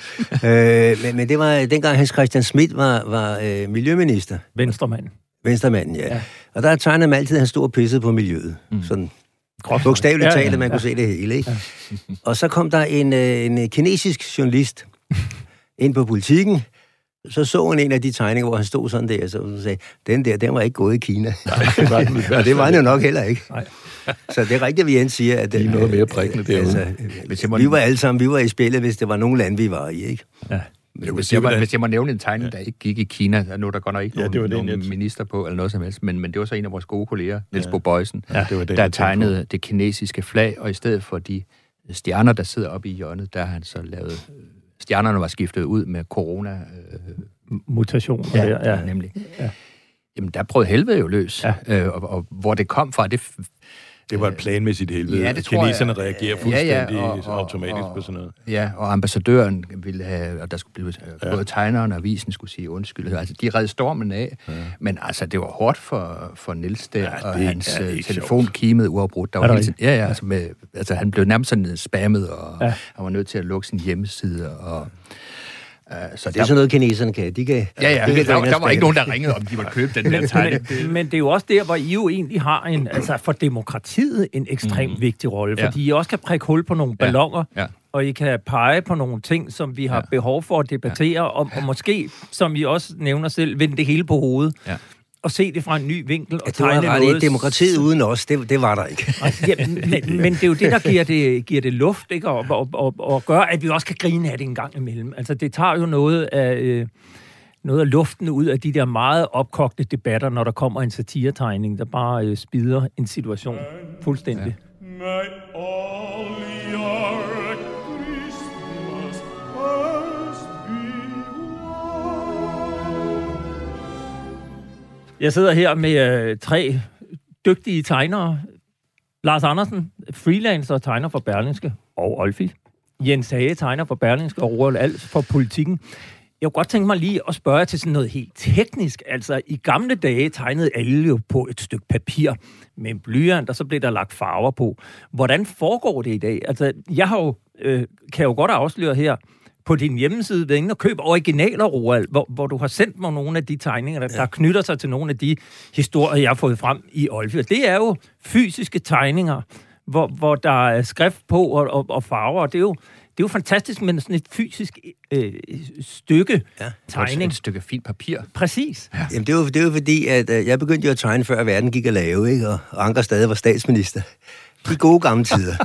øh, men, men det var dengang Hans Christian Schmidt var, var øh, miljøminister. Venstremanden. Venstremanden, ja. ja. Og der tegnede man altid, at han stod og pissede på miljøet. Mm. Sådan bogstaveligt talt, ja, ja, man ja. kunne se det hele, ikke? Ja. Og så kom der en, en kinesisk journalist ind på Politikken. Så så han en af de tegninger, hvor han stod sådan der, og så sagde, den der, den var ikke gået i Kina. Nej, det var den, og det var han jo nok heller ikke. Nej. Så det er rigtigt, at vi Jens siger, at... De er noget mere prikkende derude. Altså, vi var alle sammen, vi var i spillet, hvis det var nogen land, vi var i, ikke? Ja. Jo, hvis, jeg må, hvis jeg må nævne en tegning, der ikke gik i Kina, nu er der godt nok ikke ja, nogen, nogen det, minister på, eller noget som helst, men, men det var så en af vores gode kolleger, Niels ja. Bo Bøjsen, ja, det det, der tegnede det kinesiske flag, og i stedet for de stjerner, der sidder oppe i hjørnet, der har han så lavet... Stjernerne var skiftet ud med corona... Øh, mutationer. Ja, ja, ja, nemlig. Ja. Jamen, der brød helvede jo løs. Ja. Øh, og, og hvor det kom fra, det... Det var et planmæssigt helvede. Ja, det Kineserne jeg, reagerer fuldstændig ja, ja, og, og, automatisk og, på sådan noget. Ja, og ambassadøren ville have... Og der skulle blive... Ja. Både tegneren og avisen skulle sige undskyld. Altså, de redde stormen af. Ja. Men altså, det var hårdt for, for Niels der, ja, og hans telefon kimede uafbrudt. Der var hele tiden, ja, ja, altså, med, altså, han blev nærmest sådan spammet, og ja. han var nødt til at lukke sin hjemmeside, og... Uh, så det er sådan noget, kineserne kan. De kan ja, ja, de kan der, der var ikke nogen, der ringede, om de ville købe den der tegning. Men, men det er jo også der, hvor I jo egentlig har en, altså for demokratiet en ekstremt mm. vigtig rolle, fordi ja. I også kan prikke hul på nogle balloner, ja. Ja. og I kan pege på nogle ting, som vi har ja. behov for at debattere, ja. og, og måske, som I også nævner selv, vende det hele på hovedet. Ja. Og se det fra en ny vinkel og ja, tegne noget. Det var demokratiet uden os, det, det var der ikke. Ja, men, men det er jo det, der giver det, giver det luft, ikke? Og, og, og, og gør, at vi også kan grine af det en gang imellem. Altså, det tager jo noget af, øh, noget af luften ud af de der meget opkogte debatter, når der kommer en satiretegning, der bare øh, spider en situation fuldstændig. Ja. Jeg sidder her med øh, tre dygtige tegnere. Lars Andersen, freelancer og tegner for Berlingske og Olfi. Jens Hage, tegner for Berlingske og Roald Als for Politikken. Jeg kunne godt tænke mig lige at spørge til sådan noget helt teknisk. Altså, i gamle dage tegnede alle jo på et stykke papir med en blyant, og så blev der lagt farver på. Hvordan foregår det i dag? Altså, jeg har jo, øh, kan jo godt afsløre her, på din hjemmeside ved ingen at købe originaler, Roald, hvor, hvor du har sendt mig nogle af de tegninger, der, ja. der knytter sig til nogle af de historier, jeg har fået frem i Olfi. Det er jo fysiske tegninger, hvor, hvor der er skrift på og, og, og farver. Det er, jo, det er jo fantastisk, men sådan et fysisk øh, stykke ja. tegning. Et stykke fint papir. Præcis. Ja. Jamen, det er, jo, det er jo fordi, at øh, jeg begyndte jo at tegne, før verden gik at lave, ikke? Og Anker stadig var statsminister. De gode gamle tider.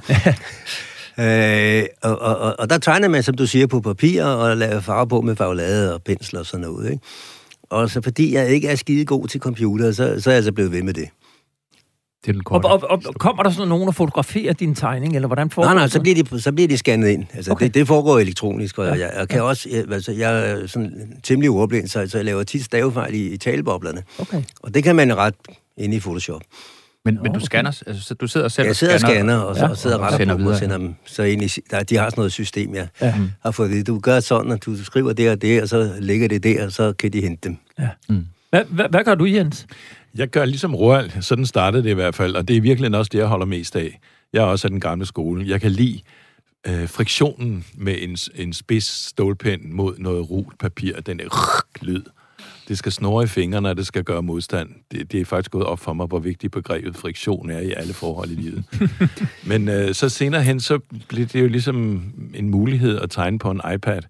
Øh, og, og, og der tegner man, som du siger, på papir og laver farver på med farvelade og pensler og sådan noget, ikke? Og så fordi jeg ikke er skide god til computer, så, så er jeg altså blevet ved med det. det og, og, og kommer der sådan nogen og fotograferer din tegning, eller hvordan foregår det? Nej, nej, så bliver de, så bliver de scannet ind. Altså, okay. det, det foregår elektronisk, og ja. jeg, jeg kan ja. også, jeg, altså, jeg er sådan temmelig ordblind, så, så jeg laver tit stavefejl i, i taleboblerne. Okay. Og det kan man ret inde i Photoshop. Men, men du scanner, altså du sidder selv jeg og scanner? Jeg sidder og scanner, og, og, og, og sidder og, og retter på videre. og sender dem. Så ind i, der, de har sådan noget system, jeg ja. har fået det. Du gør sådan, at du skriver det og det, og så ligger det der, og så kan de hente dem. Ja. Mm. Hvad, hvad, hvad gør du, Jens? Jeg gør ligesom Roald. Sådan startede det i hvert fald, og det er virkelig også det, jeg holder mest af. Jeg er også af den gamle skole. Jeg kan lide øh, friktionen med en, en spids stålpen mod noget rult papir, den er lyd. Det skal snurre i fingrene, og det skal gøre modstand. Det, det er faktisk gået op for mig, hvor vigtigt begrebet friktion er i alle forhold i livet. Men øh, så senere hen, så bliver det jo ligesom en mulighed at tegne på en iPad.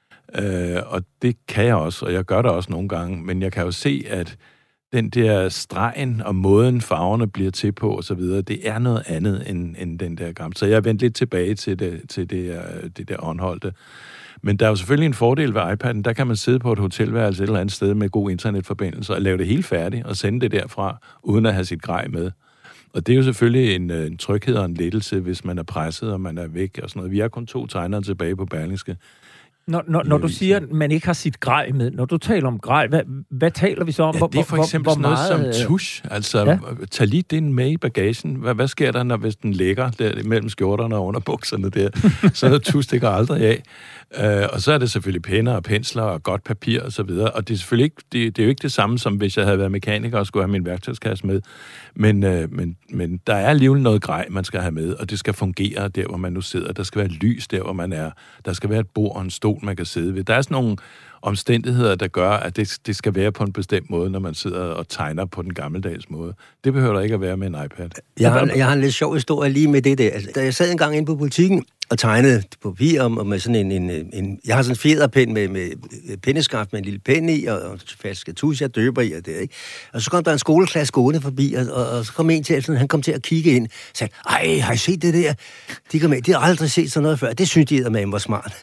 Øh, og det kan jeg også, og jeg gør det også nogle gange. Men jeg kan jo se, at den der stregen og måden farverne bliver til på og så videre, det er noget andet end, end den der gamle. Så jeg er vendt lidt tilbage til det, til det, det der åndholdte. Men der er jo selvfølgelig en fordel ved iPad'en. Der kan man sidde på et hotelværelse et eller andet sted med god internetforbindelse og lave det helt færdigt og sende det derfra, uden at have sit grej med. Og det er jo selvfølgelig en, en tryghed og en lettelse, hvis man er presset og man er væk og sådan noget. Vi er kun to tegnere tilbage på Berlingske. Når, når, når du siger, at man ikke har sit grej med, når du taler om grej, hvad, hvad taler vi så om? Ja, det er for eksempel hvor, hvor sådan noget som tusch. Altså, ja? Tag lige den med i bagagen. Hvad, hvad sker der, når hvis den ligger der mellem skjorterne og under bukserne der? Så noget tusch stikker aldrig af. Uh, og så er det selvfølgelig penner og pensler og godt papir og så videre. Og det er selvfølgelig ikke, det, det er jo ikke det samme, som hvis jeg havde været mekaniker og skulle have min værktøjskasse med. Men, uh, men, men der er alligevel noget grej, man skal have med, og det skal fungere der, hvor man nu sidder. Der skal være lys der, hvor man er. Der skal være et bord og en stol, man kan sidde ved. Der er sådan nogle omstændigheder, der gør, at det, det skal være på en bestemt måde, når man sidder og tegner på den gammeldags måde. Det behøver der ikke at være med en iPad. Jeg har, jeg har en lidt sjov historie lige med det der. Altså, da jeg sad en gang inde på Politikken og tegnede på papir og med sådan en, en, en... Jeg har sådan en fjederpen med, med penneskaft med en lille pen i, og, og fast tusch, jeg døber i, og det, ikke? Og så kom der en skoleklasse gående forbi, og, og, og så kom en til, sådan, han kom til at kigge ind, og sagde, ej, har I set det der? De kom med, de har aldrig set sådan noget før. Det synes de, at man var smart.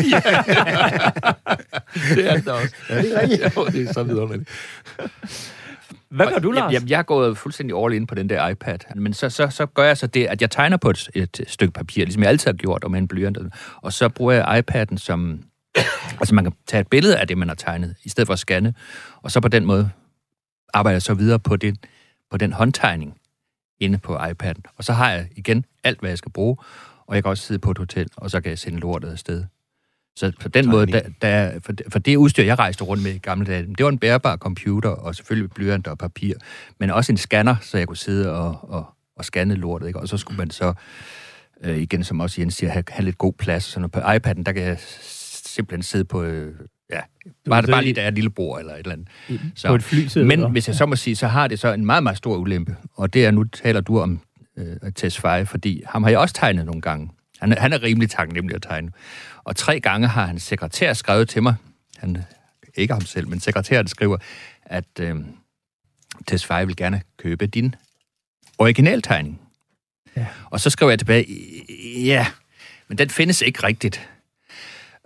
Det er det også. Ja, det er rigtigt. Jo, det er så videre med det. Hvad gør du, Lars? Jamen, jeg er gået fuldstændig all in på den der iPad. Men så, så, så gør jeg så det, at jeg tegner på et, et stykke papir, ligesom jeg altid har gjort, og med en blyant. Og så bruger jeg iPad'en som... Altså, man kan tage et billede af det, man har tegnet, i stedet for at scanne. Og så på den måde arbejder jeg så videre på, det, på den håndtegning inde på iPad'en. Og så har jeg igen alt, hvad jeg skal bruge. Og jeg kan også sidde på et hotel, og så kan jeg sende lortet afsted. Så på den måde, der, der, for, for det udstyr, jeg rejste rundt med i gamle dage, det var en bærbar computer, og selvfølgelig blyant og papir, men også en scanner, så jeg kunne sidde og, og, og scanne lortet, ikke? Og så skulle man så, øh, igen som også Jens siger, have, have lidt god plads. Så på iPad'en, der kan jeg simpelthen sidde på, øh, ja, bare, bare lige der er et lille bord eller et eller andet. Så, på et flysæde, men eller? Hvis jeg så må sige, så har det så en meget, meget stor ulempe, og det er, nu taler du om øh, Tess Feje, fordi ham har jeg også tegnet nogle gange. Han, han er rimelig taknemmelig at tegne. Og tre gange har hans sekretær skrevet til mig, han, ikke ham selv, men sekretæren skriver, at øh, Tess Feje vil gerne købe din originaltegning. Ja. Og så skriver jeg tilbage, ja, men den findes ikke rigtigt.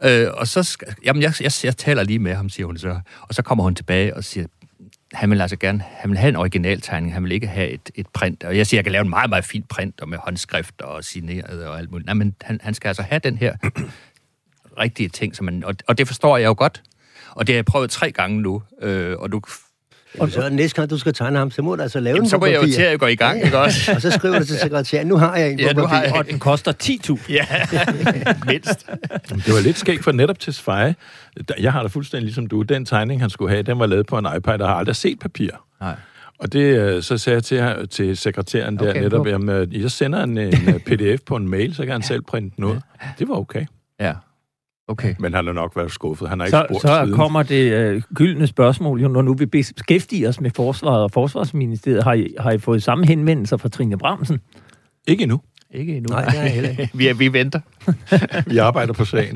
Øh, og så, skal, jamen, jeg, jeg, jeg taler lige med ham, siger hun så. Og så kommer hun tilbage og siger, han vil altså gerne, han vil have en originaltegning, han vil ikke have et, et print. Og jeg siger, jeg kan lave en meget, meget fin print, og med håndskrift og signeret og alt muligt. Nej, men han, han skal altså have den her rigtige ting, som man, og, og det forstår jeg jo godt. Og det har jeg prøvet tre gange nu, øh, og du... Og så næste gang, du skal tegne ham, så må du altså lave Jamen, den så må på jeg jo papir. til at gå i gang, ja. Ikke også? Og så skriver du til sekretæren, nu har jeg en Ja, på nu har papir. jeg- Og den koster ti tusind. Ja, mindst. Det var lidt skægt for netop til Sveje. Jeg har da fuldstændig ligesom du. Den tegning, han skulle have, den var lavet på en iPad, og har aldrig set papir. Nej. Og det, så sagde jeg til, til sekretæren der Okay, netop, cool. jamen, jeg sender en, en P D F på en mail, så kan han selv printe den ud. Det var okay. Ja, okay. Men han har nok været skuffet. Han har ikke Så, spurgt så siden. kommer det øh, gyldne spørgsmål, jo, når nu vi beskæftiger os med forsvaret og forsvarsministeriet. Har I, har I fået samme henvendelser fra Trine Bramsen? Ikke endnu. Ikke endnu. Nej, det er jeg heller ikke. vi, er, vi venter. Vi arbejder på sagen.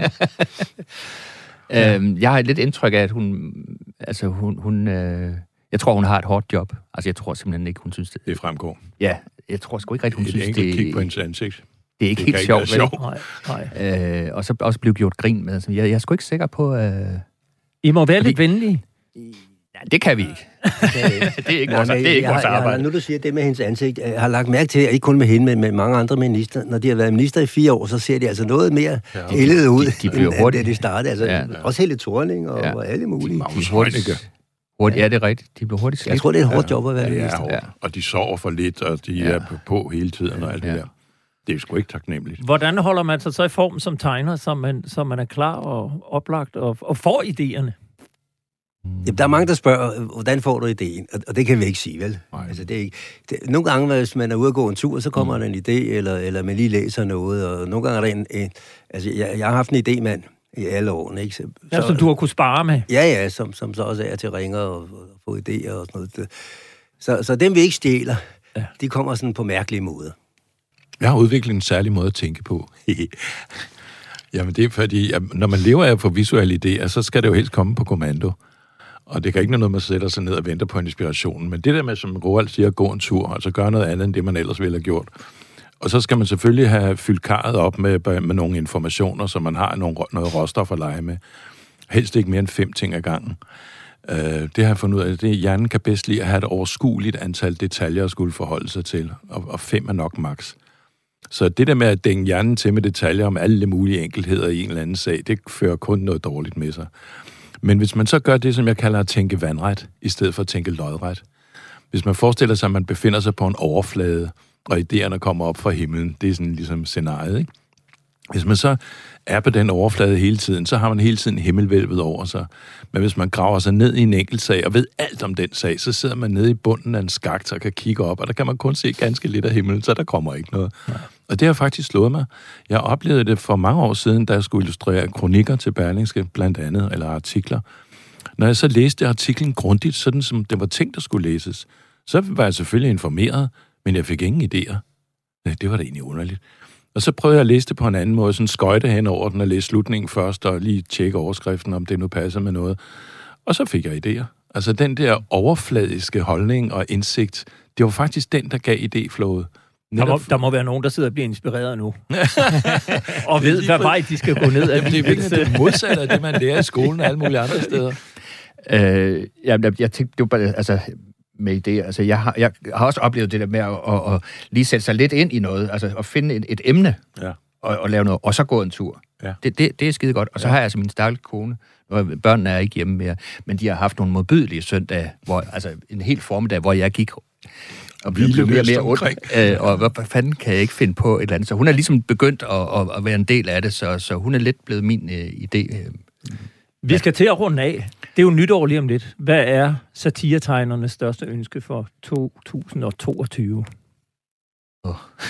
Øhm, jeg har lidt indtryk af, at hun... Altså, hun... hun øh, jeg tror, hun har et hårdt job. Altså, jeg tror simpelthen ikke, hun synes det... Det fremgår. Ja, jeg tror sgu ikke rigtig, hun Et synes, enkelt det... kig på hendes ansigt. Det er ikke Det kan helt ikke sjovt, være vel? sjovt. Nej, nej. Øh, og så også blive gjort grin med. Så jeg, jeg er sgu ikke sikker på... Øh... I må være Fordi- lidt venlige. Ja, det kan vi ikke. det er ikke vores, det er ikke jeg, vores har- jeg, har- arbejde. Nu du siger det med hendes ansigt, jeg har lagt mærke til, at ikke kun med hende, men med mange andre minister, når de har været minister i fire år, så ser de altså noget mere Ja. ældet ud, De- de bliver end hurtigt. da de startede. Altså, Ja. ja. Også Helle Thorning og, Ja. ja. og alle mulige. Magnus De er hurtigt, Heunicke. hurtigt, ja, det er rigtigt. De bliver hurtigt slidt. Jeg tror, det er et hårdt job at være Det er minister. hårdt. Ja. Og de sover for lidt, og de Ja. er på, på hele tiden og alt det Ja. der. Det er jo sgu ikke taknemmeligt. Hvordan holder man sig så i form som tegner, så man, så man er klar og oplagt og, og får idéerne? Jamen, der er mange, der spørger, hvordan får du ideen? Og, og det kan vi ikke sige, vel? Nej. Altså, det er ikke, det, nogle gange, hvis man er ude at gå en tur, så kommer mm. der en idé, eller, eller man lige læser noget, og nogle gange er der en... en altså, jeg, jeg har haft en idé, mand, i alle årene, ikke? Så, Ja, som du har kunne spare med. Ja, ja, som, som så også er til ringer og, og få idéer og sådan noget. Det- Så, så dem vi ikke stjæler, Ja. ja. de kommer sådan på mærkelige måder. Jeg har udviklet en særlig måde at tænke på. Jamen det er fordi, at når man lever af at få visuelle idéer, så skal det jo helst komme på kommando. Og det kan ikke være noget, man sætter sig ned og venter på en inspiration. Men det der med, som Roald siger, at gå en tur, altså gøre noget andet, end det man ellers ville have gjort. Og så skal man selvfølgelig have fyldt karret op med, med nogle informationer, så man har nogle, noget råstof at lege med. Helst ikke mere end fem ting ad gangen. Uh, det har jeg fundet ud af, det hjernen kan bedst lide at have et overskueligt antal detaljer at skulle forholde sig til, og, og fem er nok max. Så det der med at dænge hjernen til med detaljer om alle mulige enkeltheder i en eller anden sag, det fører kun noget dårligt med sig. Men hvis man så gør det, som jeg kalder at tænke vandret, i stedet for at tænke lodret. Hvis man forestiller sig, at man befinder sig på en overflade, og idéerne kommer op fra himlen, det er sådan ligesom scenariet, ikke? Hvis man så er på den overflade hele tiden, så har man hele tiden himmelvælvet over sig. Men hvis man graver sig ned i en enkelt sag og ved alt om den sag, så sidder man nede i bunden af en skakt og kan kigge op, og der kan man kun se ganske lidt af himlen, så der kommer ikke noget. Ja. Og det har faktisk slået mig. Jeg oplevede det for mange år siden, da jeg skulle illustrere kronikker til Berlingske, blandt andet, eller artikler. Når jeg så læste artiklen grundigt, sådan som det var tænkt, der skulle læses, så var jeg selvfølgelig informeret, men jeg fik ingen idéer. Nej, det var da egentlig underligt. Og så prøvede jeg at læse det på en anden måde, sådan skøjte hen over den og læse slutningen først, og lige tjekke overskriften, om det nu passer med noget. Og så fik jeg idéer. Altså den der overfladiske holdning og indsigt, det var faktisk den, der gav idéflowet. Der må, der må være nogen, der sidder og bliver inspireret nu. og ved, hvad vej de skal gå ned ad. Jamen, det er virkelig det modsatte af det, man lærer i skolen og alle mulige andre steder. Øh, jeg, jeg, jeg tænkte, det var bare, altså, med det, altså, jeg har, jeg har også oplevet det der med at, at, at lige sætte sig lidt ind i noget, altså at finde et, et emne, Ja. og, og lave noget, og så gå en tur. Ja. Det, det, det er skide godt. Og så Ja. har jeg altså min stakkels kone, og børnene er ikke hjemme mere, men de har haft nogle modbydelige søndage, hvor, altså en hel formiddag, hvor jeg gik og blev, blev mere og mere ondt, øh, og hvad fanden kan jeg ikke finde på et eller andet. Så hun er ligesom begyndt at, at, at være en del af det, så, så hun er lidt blevet min øh, idé. Øh. Vi skal til at runde af. Det er jo nytår lige om lidt. Hvad er satiretegnernes største ønske for to tusind toogtyve? Oh.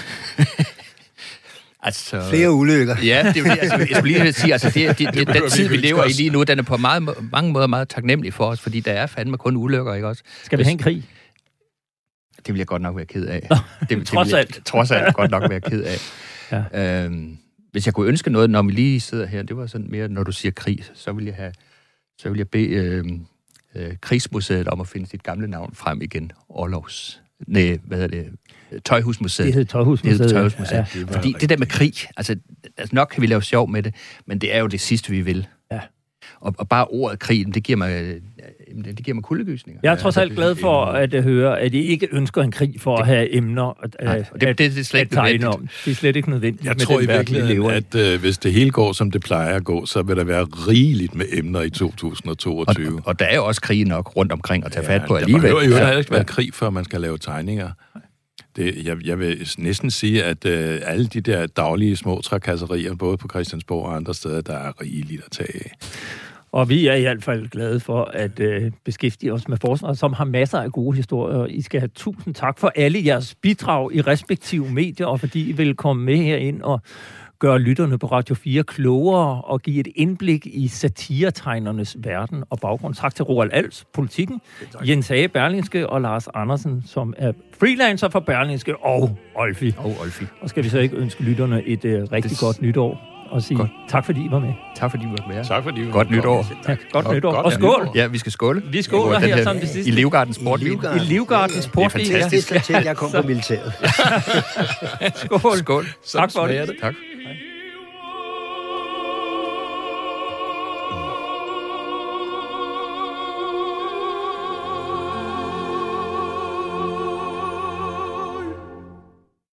altså, Flere ulykker. Ja, det er jo det, altså, jeg skulle lige sige, altså, det, det, det, Det den behøver vi tid, ikke vi lever i ønske lige nu, den er på meget, mange måder meget taknemmelig for os, fordi der er fandme kun ulykker, ikke også? Skal vi have en krig? Det vil jeg godt nok være ked af. Nå, det, det trods vil jeg, alt. Trods alt godt nok være ked af. Ja. Øhm, hvis jeg kunne ønske noget, når vi lige sidder her, det var sådan mere, når du siger krig, så vil jeg have, så vil jeg bede øh, øh, Krigsmuseet om at finde sit gamle navn frem igen. Orlovs Nej, hvad hedder det? Tøjhusmuseet. Det hedder Tøjhusmuseet. Det hedder Tøjhusmuseet. Ja. Ja. Fordi det der med krig, altså, altså nok kan vi lave sjov med det, men det er jo det sidste, vi vil. Ja. Og, og bare ordet krig, det giver mig, det giver mig kuldegysninger. Jeg er trods alt glad for at høre, at I ikke ønsker en krig for det, at have emner at, nej, det, det, det er slet ikke nødvendigt. Om. Det er slet ikke nødvendigt. Jeg tror i virkeligheden, at øh, hvis det hele går, som det plejer at gå, så vil der være rigeligt med emner i to tusind og toogtyve. Og, og der er jo også krig nok rundt omkring at tage ja, fat på der alligevel. Der behøver jo ikke være krig, før man skal lave tegninger. Det, jeg, jeg vil næsten sige, at øh, alle de der daglige små trakasserier, både på Christiansborg og andre steder, der er rigeligt at tage af. Og vi er i hvert fald glade for at øh, beskæftige os med forsvaret, som har masser af gode historier. I skal have tusind tak for alle jeres bidrag i respektive medier, og fordi I vil komme med herind og gøre lytterne på Radio fire klogere og give et indblik i satiretegnernes verden og baggrund. Tak til Roald Als, Politikken, Jens Hage, Berlingske, og Lars Andersen, som er freelancer for Berlingske, og Olfi. Og Olfi. Og skal vi så ikke ønske lytterne et uh, rigtig det... godt nytår? Og sige godt. Tak, fordi I var med. Tak, fordi I var med. Tak, fordi I var godt med. Nytår. Tak. Godt nytår. Og, og skål. Ja, vi skal skåle. Vi skåler her, her som det sidste. I Livgardens portvin. I Livgardens portvin. Det er fantastisk, at jeg kom på militæret. Skål. Skål. Tak for det. Tak.